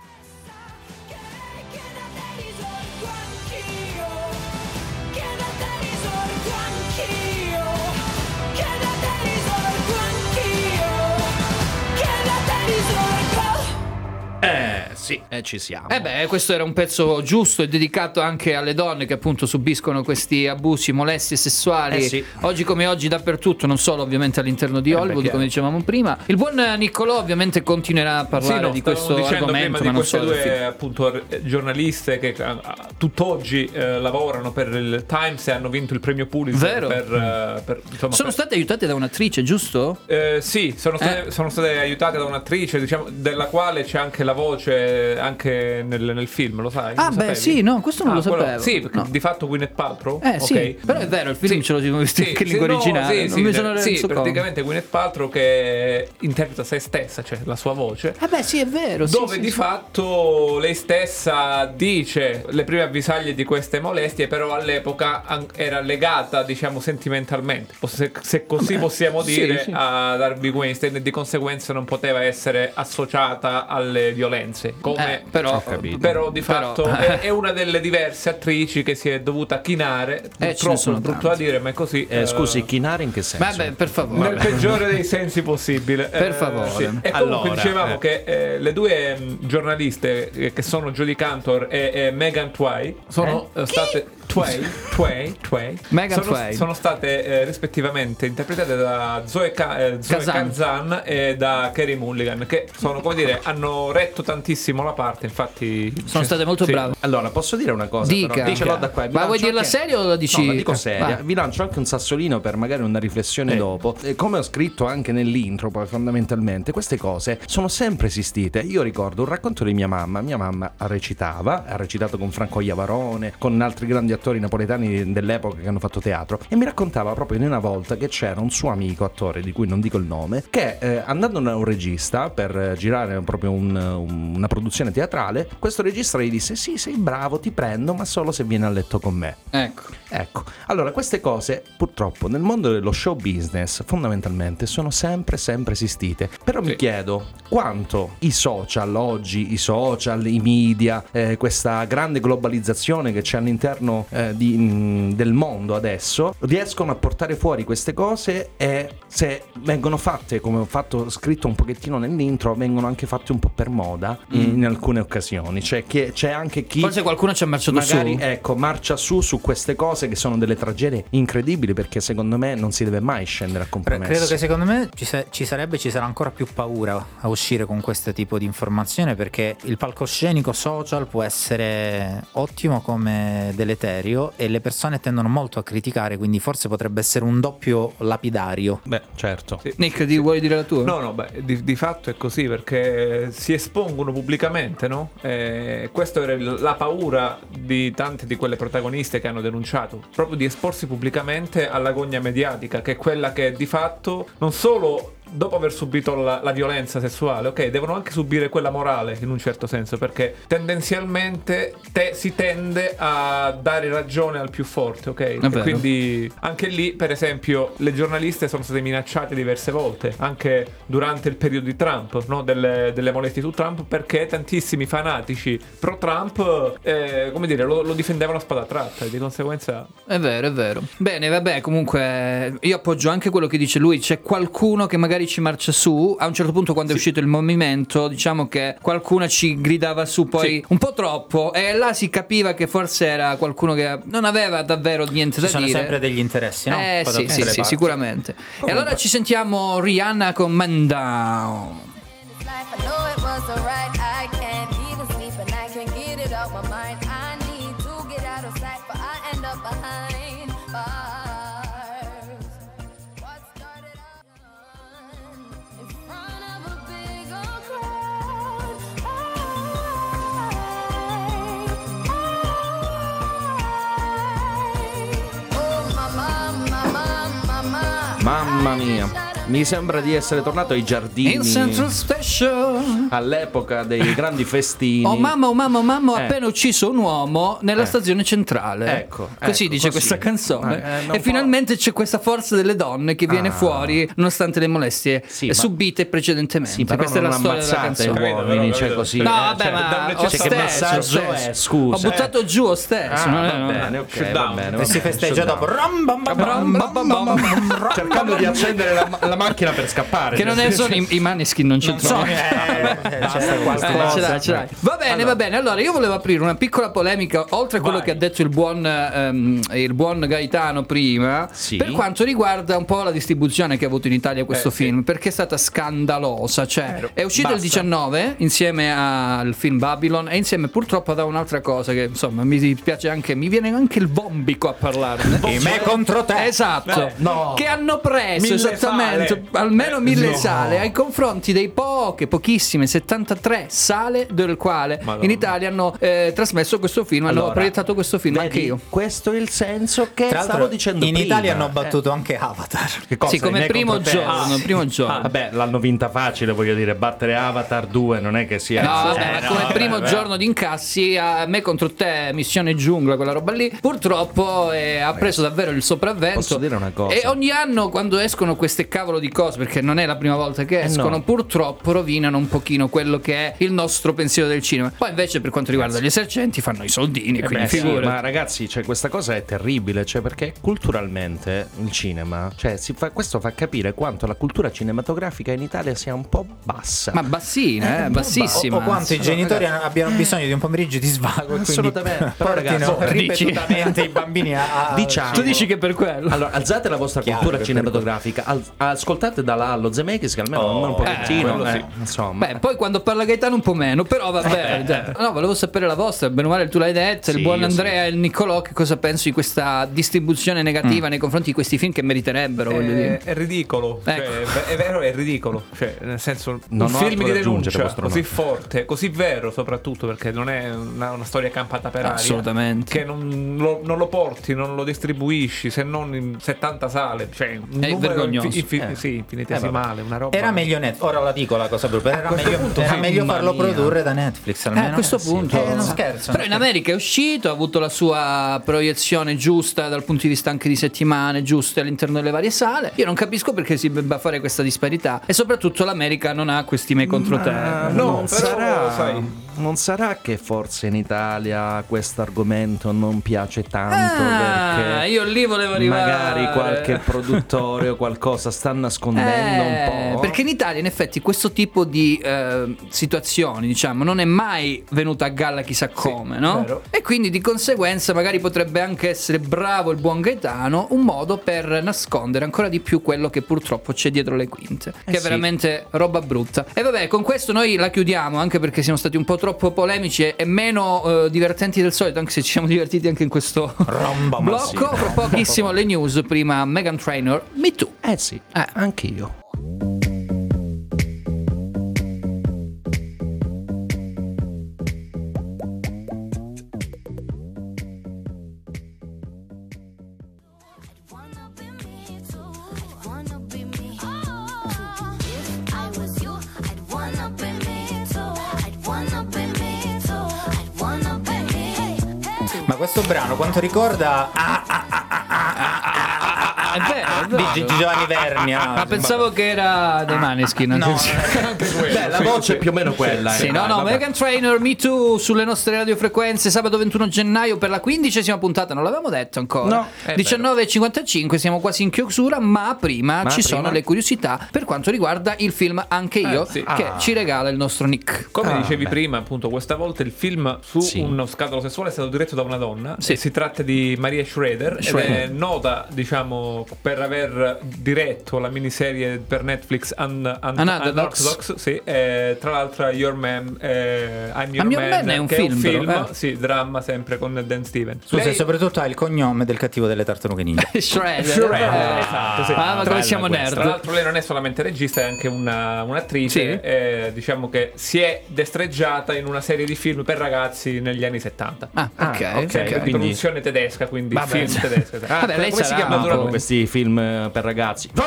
che da te risorgo anch'io, che da te risorgo anch'io, che da te risorgo anch'io, che da te risorgo. Sì, ci siamo. Questo era un pezzo giusto e dedicato anche alle donne che appunto subiscono questi abusi, molestie sessuali Sì. oggi come oggi dappertutto, non solo ovviamente all'interno di Hollywood, come dicevamo prima. Il buon Niccolò ovviamente continuerà a parlare di questo dicendo argomento, prima ma di non queste solo. due appunto giornaliste che tutt'oggi lavorano per il Times e hanno vinto il premio Pulitzer. Vero. Insomma, Sono state aiutate da un'attrice, giusto? sì, sono state aiutate da un'attrice, diciamo, della quale c'è anche la voce anche nel film, lo sai? Ah, Lo beh, sapevi? sì, no, questo non lo quello- sapevo. Sì, perché No. di fatto Gwyneth Paltrow. Sì, ok. però è vero, il film ce lo siamo visto anche in lingua no, originale. sì, non mi sono sì, reso conto. praticamente Gwyneth Paltrow che interpreta se stessa, cioè la sua voce. Sì, è vero. Dove sì, di sì. fatto lei stessa dice le prime avvisaglie di queste molestie, però all'epoca era legata, diciamo, sentimentalmente, se così possiamo sì, dire, sì. ad Harvey Weinstein, e di conseguenza non poteva essere associata alle violenze. Come però di fatto è una delle diverse attrici che si è dovuta chinare. ce ne Purtroppo sono è brutto da tante. dire, ma è così. Scusi, chinare in che senso? Vabbè, per favore. Nel peggiore dei sensi possibile. Per favore. Sì. E comunque Allora, dicevamo che le due giornaliste che sono Jodie Cantor e Megan Tway sono state Megan sono, Tway. sono state rispettivamente interpretate da Zoe Kazan e da Carey Mulligan, che sono, come dire, hanno retto tantissimo la parte, infatti Sono state molto brave. Allora, posso dire una cosa? Dica. Però, ce l'ho da qua. Vi Ma vuoi lancio dirla anche- seria o la dici? No, la dico seria. Vai. Vi lancio anche un sassolino per magari una riflessione dopo. E come ho scritto anche nell'intro, poi fondamentalmente, queste cose sono sempre esistite. Io ricordo un racconto di mia mamma. Mia mamma ha recitato con Franco Iavarone, con altri grandi attori napoletani dell'epoca che hanno fatto teatro, e mi raccontava proprio di una volta che c'era un suo amico attore, di cui non dico il nome, che andando da un regista per girare proprio una produzione teatrale, questo regista gli disse: sì, sei bravo, ti prendo, ma solo se vieni a letto con me. Ecco, allora queste cose purtroppo nel mondo dello show business fondamentalmente sono sempre esistite. Però mi chiedo quanto i social oggi, i media, questa grande globalizzazione che c'è all'interno del mondo adesso, riescono a portare fuori queste cose, e se vengono fatte, come ho scritto un pochettino nell'intro, vengono anche fatte un po' per moda in alcune occasioni. Cioè c'è anche chi Forse qualcuno ci ha marciato magari, su. ecco, marcia su queste cose che sono delle tragedie incredibili, perché secondo me non si deve mai scendere a compromessi. Credo che secondo me ci sarà ancora più paura a uscire con questo tipo di informazione, perché il palcoscenico social può essere ottimo come deleterio. serio e le persone tendono molto a criticare, quindi forse potrebbe essere un doppio lapidario. Beh, certo. Nick, ti vuoi dire la tua? No, di fatto è così, perché si espongono pubblicamente, no? Questa era la paura di tante di quelle protagoniste che hanno denunciato, proprio di esporsi pubblicamente alla gogna mediatica, che è quella che di fatto non solo dopo aver subito la violenza sessuale, ok, devono anche subire quella morale in un certo senso, perché tendenzialmente si tende a dare ragione al più forte, ok? E quindi anche lì, per esempio, le giornaliste sono state minacciate diverse volte, anche durante il periodo di Trump, no? Delle molestie su Trump, perché tantissimi fanatici pro Trump, come dire, lo difendevano a spada tratta, e di conseguenza... È vero, è vero. Bene, vabbè, comunque io appoggio anche quello che dice lui. C'è qualcuno che magari ci marcia su. A un certo punto, quando è uscito il movimento, diciamo che qualcuno ci gridava su poi un po' troppo, e là si capiva che forse era qualcuno che non aveva davvero niente da dire. Ci sono sempre degli interessi, no? Sì, sicuramente. E allora ci sentiamo Rihanna con Man Down. I know it was alright. I can't even sleep and I can't get it out my mind. I need to get out of sight, but I end up behind bars. What started out in front of a big old crowd? Oh Mamma mia. Mi sembra di essere tornato ai giardini in Central Station all'epoca dei grandi festini. Oh mamma, ho appena ucciso un uomo nella stazione centrale. Ecco, così dice così. questa canzone. E finalmente c'è questa forza delle donne che viene fuori nonostante le molestie subite precedentemente. Sì, però questa è la storia della canzone. Uomini, cioè così. No, vabbè, ma che messaggio è? Scusa. Ho buttato giù lo stesso. Va bene, ok, va bene. E si festeggia dopo. Cercando di accendere la macchina per scappare. Che non sono i Maneskin, non c'entrano. Ce l'hai. Va bene. Allora, io volevo aprire una piccola polemica, oltre a quello che ha detto il buon Gaetano prima, per quanto riguarda un po' la distribuzione che ha avuto in Italia questo film, perché è stata scandalosa. Cioè, è uscito il 19 insieme al film Babylon e insieme purtroppo da un'altra cosa che insomma mi dispiace anche, mi viene anche il vombico a parlarne. E me contro te. Esatto. Che hanno preso esattamente almeno 1000 sale ai confronti dei pochissime 73 sale del quale inItalia hanno trasmesso questo film, hanno proiettato questo film. Anche io. Questo è il senso che stavo dicendo in prima. Italia hanno battuto anche Avatar. Che cosa? Sì, come primo giorno. Vabbè, l'hanno vinta facile, voglio dire, battere Avatar 2 non è che sia... No, vabbè, ma come primo giorno di incassi, a me contro te, Missione Giungla, quella roba lì, purtroppo ha preso davvero il sopravvento. Posso dire una cosa? E ogni anno quando escono queste cavolo di cose, perché non è la prima volta che escono, purtroppo rovinano un pochino quello che è il nostro pensiero del cinema. Poi invece per quanto riguarda gli esercenti fanno i soldini, quindi figurati. Ma ragazzi, cioè, questa cosa è terribile, cioè, perché culturalmente il cinema, cioè, questo fa capire quanto la cultura cinematografica in Italia sia un po' bassa. Ma bassina, bassissima. O quanto i genitori abbiano bisogno di un pomeriggio di svago. Assolutamente. Però ragazzi, ripetutamente i bambini a diciamo, tu dici che per quello. Allora, alzate la vostra cultura cinematografica, ascoltate da là allo Zemeckis, che almeno un pochettino, insomma. Beh, poi quando parla Gaetano un po' meno, però vabbè. No, volevo sapere la vostra, bene o male tu l'hai detto, il buon Andrea e il Niccolò, che cosa pensi di questa distribuzione negativa nei confronti di questi film che meriterebbero, voglio dire. È ridicolo, cioè, è vero, è ridicolo, cioè, nel senso, non un ho film altro di da aggiungere, denuncia così forte, così vero soprattutto, perché non è una storia campata per aria. Assolutamente. Che non lo porti, non lo distribuisci, se non in 70 sale, cioè un è vergognoso. Infinitesimale, una roba. Era meglio ora la dico la cosa brutta, era meglio farlo produrre da Netflix almeno. A questo punto non scherzo. Però in America è uscito, ha avuto la sua proiezione giusta dal punto di vista anche di settimane giuste all'interno delle varie sale. Io non capisco perché si debba fare questa disparità, e soprattutto l'America non ha questi me contro te. Non sarà che forse in Italia questo argomento non piace tanto, perché io lì volevo arrivare. Magari qualche produttore o qualcosa sta nascondendo un po'. Perché in Italia in effetti questo tipo di situazioni, diciamo, non è mai venuta a galla chissà come, no? Vero. E quindi di conseguenza magari potrebbe anche essere bravo il buon Gaetano, un modo per nascondere ancora di più quello che purtroppo c'è dietro le quinte, che è veramente roba brutta. E vabbè, con questo noi la chiudiamo, anche perché siamo stati un po' troppo polemici e meno divertenti del solito, anche se ci siamo divertiti anche in questo blocco. Fra pochissimo le news, prima Meghan Trainor, Me Too. Sì, anch'io. Ma questo brano quanto ricorda È vero. di Giovanni Vernia, no? Ma pensavo che era dei Maneskin. No, Beh, la voce è più o meno quella. Sì, no, Meghan Trainor, Me Too sulle nostre radiofrequenze sabato 21 gennaio per la 15ª puntata, non l'avevamo detto ancora. No, 19:55, siamo quasi in chiusura, ma prima ci sono le curiosità per quanto riguarda il film Anche io, che ci regala il nostro Nick. Come dicevi prima, appunto, questa volta il film su uno scandalo sessuale è stato diretto da una donna. Si tratta di Maria Schrader. Ed è nota, diciamo, per aver diretto la miniserie per Netflix Unorthodox, tra l'altro Your Man, I'm Your Man è un che film, è un però, sì, dramma sempre con Dan Stevens. Scusa, e soprattutto ha il cognome del cattivo delle Tartarughe Ninja. Schrader. Esatto, sì. Ma come siamo nerd. Tra l'altro lei non è solamente regista, è anche un'attrice. Diciamo che si è destreggiata in una serie di film per ragazzi negli anni 70. Ok. Quindi produzione tedesca, quindi film tedesco. Lei come si chiamano questi film per ragazzi? No,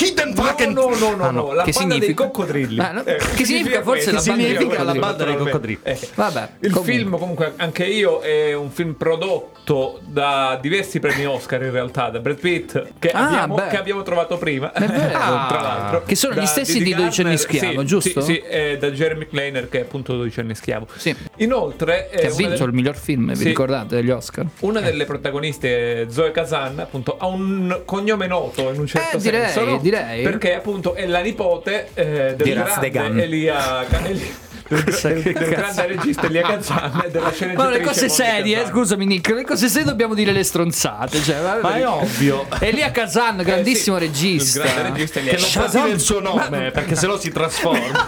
la banda dei coccodrilli. Che significa forse la banda dei coccodrilli. Vabbè, il film comunque Anche io è un film prodotto da diversi premi Oscar, in realtà, da Brad Pitt, che abbiamo trovato prima, tra l'altro, che sono gli stessi di 12 anni schiavo, giusto? Sì, da Jeremy Kleiner, che è appunto 12 anni schiavo. Inoltre che ha vinto il miglior film, vi ricordate, degli Oscar? Una delle protagoniste, Zoe Kazan, appunto ha un cognome noto in un certo senso, no? direi, perché appunto è la nipote del grande Elia del grande regista Elia Kazan, della sceneggiatrice. Ma le cose serie, scusami Nick, le cose serie dobbiamo dire le stronzate, ma è ovvio. Elia Kazan, grandissimo regista, il grande regista Elia che non può dire il suo nome perché sennò si trasforma.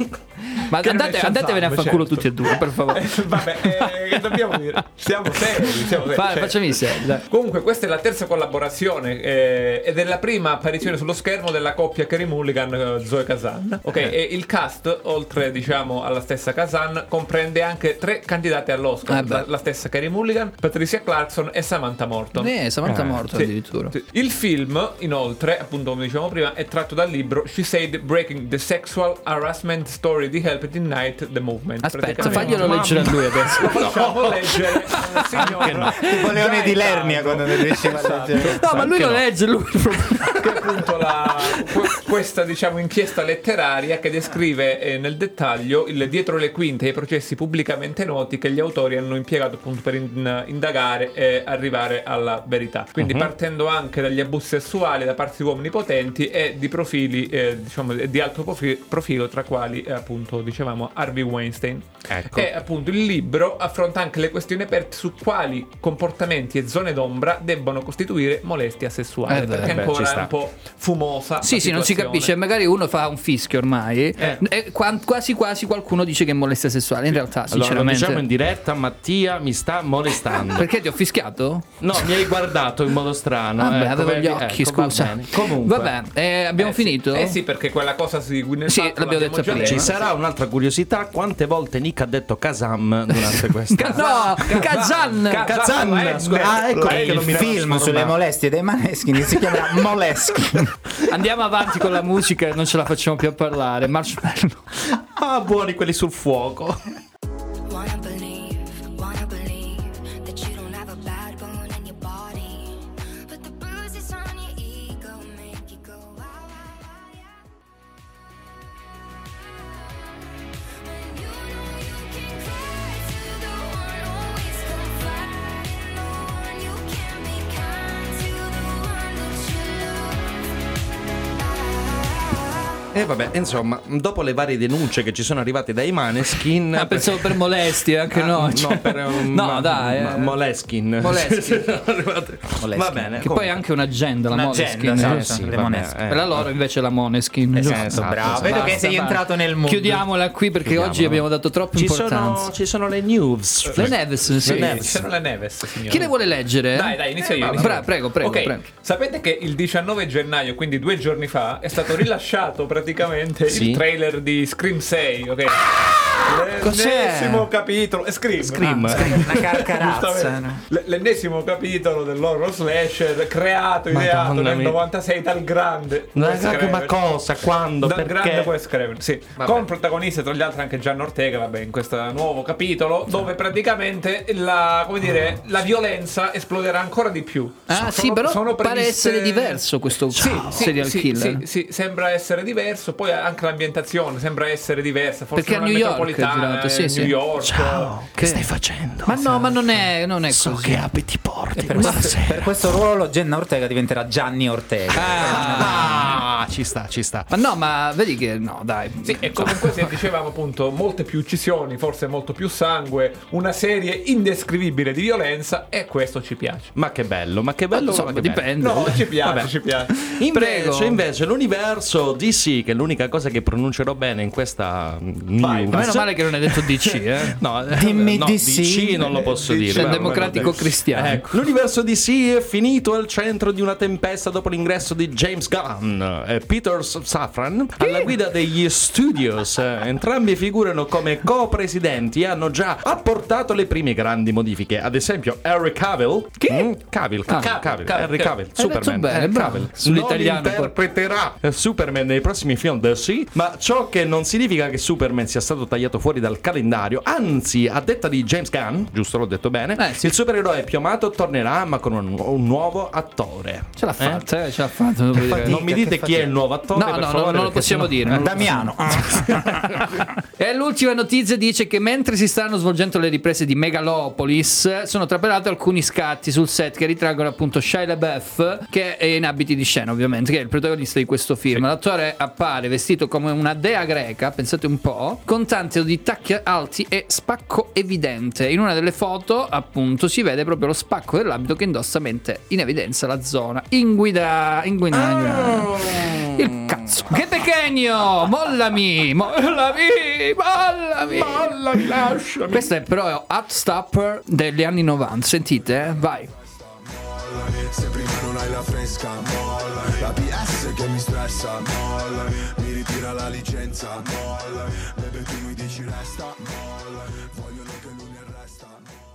Ma andatevene a far culo tutti e due, per favore. Che dobbiamo dire? Siamo seri. Facciami serio. Comunque, questa è la terza collaborazione ed è la prima apparizione sullo schermo della coppia Carey Mulligan Zoe Kazan. E il cast, oltre diciamo alla stessa Kazan, comprende anche 3 candidate all'Oscar. La stessa Carey Mulligan, Patricia Clarkson e Samantha Morton. Samantha Morton addirittura. Il film, inoltre, appunto come dicevamo prima, è tratto dal libro She Said Breaking the Sexual Harassment Story di Help It Ignite the Movement. Aspetta, faglielo leggere a lui adesso. Lo facciamo leggere tipo Leone di Lernia quando ne riusciva a leggere. No, ma lui lo legge, lui. Che appunto questa diciamo inchiesta letteraria che descrive nel dettaglio il dietro le quinte e i processi pubblicamente noti che gli autori hanno impiegato appunto per indagare e arrivare alla verità. Quindi partendo anche dagli abusi sessuali da parte di uomini potenti e di profili diciamo di alto profilo, tra quali appunto dicevamo Harvey Weinstein. E appunto il libro affronta anche le questioni aperte su quali comportamenti e zone d'ombra debbano costituire molestia sessuale, perché ancora è un po' fumosa. Sì, non si capisce, magari uno fa un fischio ormai e quasi qualcuno dice che è molestia sessuale. In realtà sinceramente, allora, diciamo in diretta, Mattia mi sta molestando. Perché ti ho fischiato? No, mi hai guardato in modo strano. Vabbè, avevo gli occhi, scusa. Comunque vabbè, abbiamo finito? Sì, perché quella cosa di Gwyneth Paltrow l'abbiamo detto prima. Ci sarà un'altra curiosità: quante volte Nick ha detto Kazam durante questa? No, Kazan. Ecco perché il film sulle molestie dei Maneskin si chiamerà Moleskin. Andiamo avanti con la musica e non ce la facciamo più a parlare. Marshmallow. Buoni quelli sul fuoco. Wanna believe that you don't have a bad bone in your body, but the bruises on your ego make you go wow, wow, wow, yeah. When you know you can cry to the one always confiding, the one you can be kind to, the one that you love. E vabbè, insomma, dopo le varie denunce che ci sono arrivate dai Maneskin... pensavo per molestie, anche no. No, per dai. Moleskin. Va bene. Che poi è anche un'agenda, la Un'agenda, Moleskin. sì, le Moneskin. Per la loro invece la Moneskin. Esatto, bravo. Vedo che sei entrato nel mondo. Chiudiamola qui perché oggi abbiamo dato troppa importanza. Ci sono le news. Le Neves, sì. Ci sono le Neves, signore. Chi le vuole leggere? Dai, inizio io. Prego. Ok, sapete che il 19 gennaio, quindi 2 giorni fa, è stato rilasciato praticamente il trailer di Scream 6, ok? L'ennesimo capitolo. Scream. Una carcarazza. L'ennesimo capitolo dell'horror slasher creato, ideato nel 96 dal grande Wes Craven. Ma cosa? Quando? Dal Perché? grande Wes Craven, sì. Con protagonista tra gli altri anche Gianna Ortega, vabbè, in questo nuovo capitolo dove praticamente la violenza esploderà ancora di più. Però pare essere diverso questo serial killer. Sì, sembra essere diverso, poi anche l'ambientazione sembra essere diversa, forse perché a una New York metropolitana, New York. Ciao, che stai facendo? Ma no, ma non è So così. che abiti porti Per questo ruolo Gianna Ortega diventerà Gianni Ortega. ci sta. Ma no, ma vedi che no, dai. Sì, e comunque se dicevamo appunto molte più uccisioni, forse molto più sangue, una serie indescrivibile di violenza, e questo ci piace. Ma che bello. Insomma, dipende. No, ci piace. Invece l'universo DC, che è l'unica cosa che pronuncerò bene in questa news. Meno male che non hai detto DC, eh. Dimmi no, DC. non lo posso dire. C'è il democratico cristiano. Ecco. L'universo DC è finito al centro di una tempesta dopo l'ingresso di James Gunn e Peter Safran alla guida degli studios. Entrambi figurano come co-presidenti e hanno già apportato le prime grandi modifiche. Ad esempio Henry Cavill. Cavill. Henry Cavill, Superman. Bene, bravo. Sull'italiano non interpreterà Superman nei prossimi film DC, ma ciò che non significa che Superman sia stato tagliato fuori dal calendario. Anzi, a detta di James Gunn, giusto, l'ho detto bene, il supereroe più amato tornerà, ma con un nuovo attore. Ce l'ha fatta. Non mi dite chi è il nuovo attore, per favore, non lo possiamo dire. Damiano. E l'ultima notizia dice che mentre si stanno svolgendo le riprese di Megalopolis, sono trapelati alcuni scatti sul set che ritraggono appunto Shia LaBeouf, che è in abiti di scena, ovviamente, che è il protagonista di questo film. L'attore appare vestito come una dea greca, pensate un po', con tanti di tacchi alti e spacco evidente. In una delle foto, appunto, si vede proprio lo spacco dell'abito che indossa, mette in evidenza la zona inguinata. Il cazzo. Che pequeño! Mollami, lasciami. Questo è però Heartstopper degli anni 90. Sentite, vai. Se prima non hai la fresca, molla. La PS che mi stressa, molla. Mi ritira la licenza, molla. Bebe tu mi dici resta, molla. Vogliono che lui mi arresta,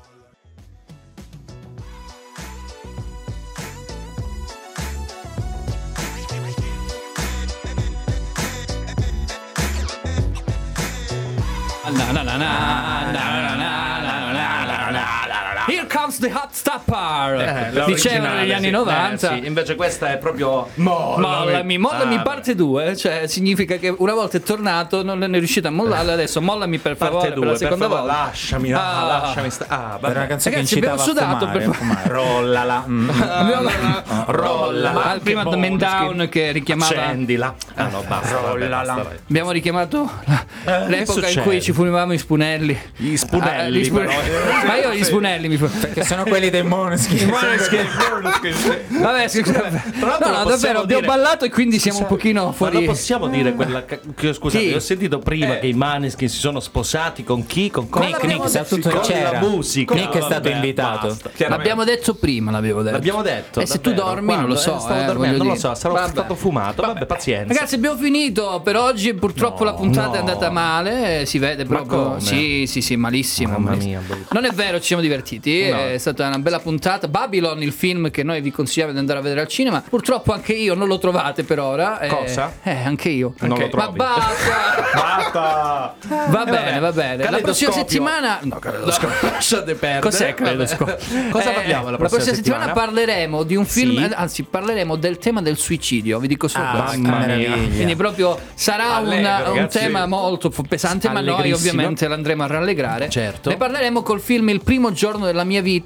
Here comes the hot stopper. Dicevano negli anni 90. Sì, invece questa è proprio Mollami parte 2. Cioè significa che una volta è tornato, non è riuscito a mollarla. Adesso mollami per favore, parte per la 2, seconda per favore, volta. lasciami. Era una canzone che Ragazzi, incitava abbiamo a sudato fumare. Rollala. Rollala. Il prima Man Down che richiamava. Accendila. No, basta. Rollala. Abbiamo richiamato l'epoca in cui ci fumavamo i spunelli. Gli spunelli. Ma io gli spunelli mi Perché sono quelli dei Måneskin. Vabbè, no, davvero, abbiamo ballato e quindi siamo un pochino fuori. Ma lo possiamo dire quella scusate, ho sentito prima che i Maneskin si sono sposati con chi? Con Nick sa tutto, con c'era. la musica. Nick è stato invitato. L'abbiamo detto prima, l'abbiamo detto. E se tu dormi non lo so, stavo dormendo, non lo so, sarò stato fumato. Vabbè, pazienza. Ragazzi, abbiamo finito per oggi. Purtroppo la puntata è andata male. Si vede proprio. Sì, malissimo. Mamma mia, non è vero, ci siamo divertiti. È stata una bella puntata. Babylon, il film che noi vi consigliamo di andare a vedere al cinema. Purtroppo anche io non lo trovate per ora. Cosa? Anche io. Non lo trovi. Ma basta. Va bene. La prossima settimana. No, lasciate perdere. Cos'è Caleidoscopio? Cosa parliamo la prossima settimana? Parleremo di un film. Anzi, parleremo del tema del suicidio. Vi dico solo questo. Quindi proprio sarà un tema molto pesante, ma noi ovviamente l'andremo a rallegrare. Certo. Ne parleremo col film Il primo giorno della mia vita,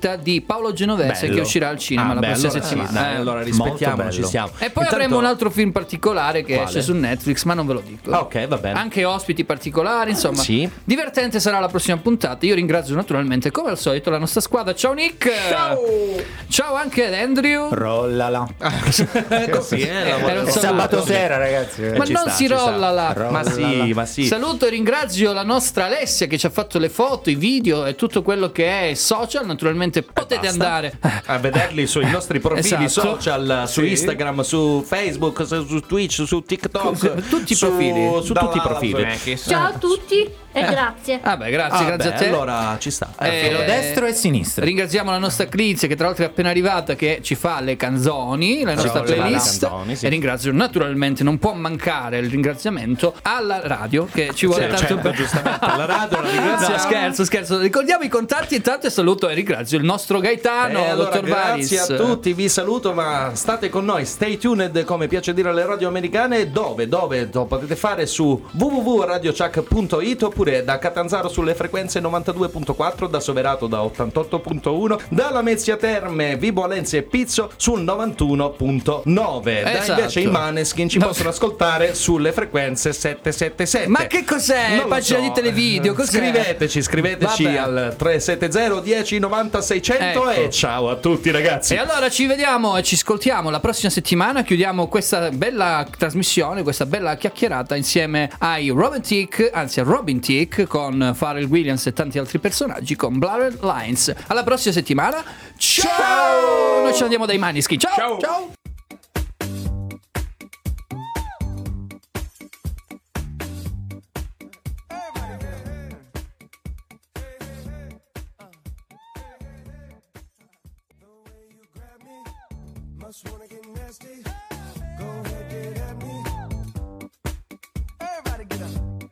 diretta di Paolo Genovese, Bello. che uscirà al cinema la prossima allora settimana. sì, dai, allora rispettiamo, ci siamo. E poi avremo un altro film particolare che Quale? esce su Netflix, ma non ve lo dico. Ah, ok, va bene. Anche ospiti particolari, insomma. Sì. Divertente sarà la prossima puntata. Io ringrazio naturalmente, come al solito, la nostra squadra. Ciao Nick. Ciao anche ad Andrew. Rollala. Così Era un È saluto. sabato sera, ragazzi. Ma non si rolla là. Ma sì. Saluto e ringrazio la nostra Alessia che ci ha fatto le foto, i video e tutto quello che è social. Naturalmente potete andare a vederli sui nostri profili Esatto. social, su Sì. Instagram, su Facebook, su Twitch, su TikTok, tutti i profili. su tutti i profili. Ciao a tutti e grazie. Vabbè, grazie a te. Allora ci sta. Filo destro e sinistro. Ringraziamo la nostra Crizia che tra l'altro è appena arrivata, che ci fa le canzoni, la nostra Sì, playlist. le canzoni, sì. E ringrazio naturalmente, non può mancare il ringraziamento alla radio che ci vuole tanto certo, bene. giustamente alla radio la ringraziamo. No, scherzo. Ricordiamo i contatti intanto e saluto e ringrazio il nostro Gaetano, Allora, dottor Varis. grazie a tutti, vi saluto, ma state con noi, stay tuned, come piace dire alle radio americane. Dove? Lo potete fare su www.radiochuck.it oppure da Catanzaro sulle frequenze 92.4, da Soverato da 88.1, da Lamezia Terme, Vibo Valentia e Pizzo sul 91.9. Da Esatto. invece i Maneskin ci possono ascoltare sulle frequenze 777. Ma che cos'è? Non lo Pagina so. di televideo, cos'è? Scriveteci Vabbè. al 370 10 90 600 Ecco. e ciao a tutti ragazzi. E allora ci vediamo e ci ascoltiamo la prossima settimana. Chiudiamo questa bella trasmissione, questa bella chiacchierata insieme ai Robin Thicke con Pharrell Williams e tanti altri personaggi con Blurred Lines. Alla prossima settimana. Ciao! Noi ci andiamo dai Maneskin. Ciao! Ciao! Must wanna get nasty. Go ahead, get at me. Everybody get up.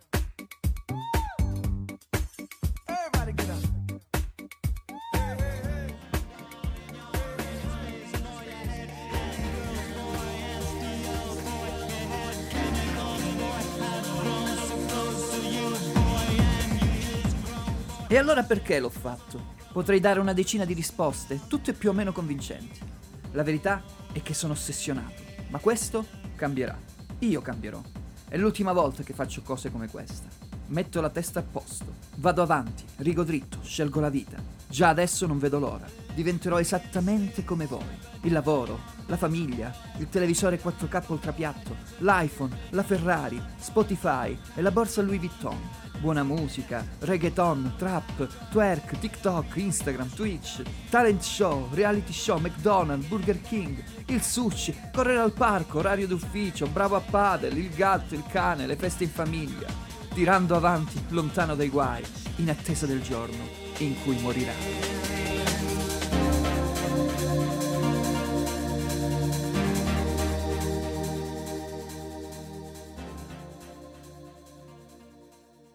Everybody get up. E allora perché l'ho fatto? Potrei dare una decina di risposte, tutte più o meno convincenti. La verità è che sono ossessionato, ma questo cambierà. Io cambierò. È l'ultima volta che faccio cose come questa. Metto la testa a posto, vado avanti, rigo dritto, scelgo la vita. Già adesso non vedo l'ora. Diventerò esattamente come voi. Il lavoro, la famiglia, il televisore 4K ultrapiatto, l'iPhone, la Ferrari, Spotify e la borsa Louis Vuitton. Buona musica, reggaeton, trap, twerk, TikTok, Instagram, Twitch, talent show, reality show, McDonald's, Burger King, il sushi, correre al parco, orario d'ufficio, bravo a padel, il gatto, il cane, le feste in famiglia, tirando avanti lontano dai guai, in attesa del giorno in cui morirà.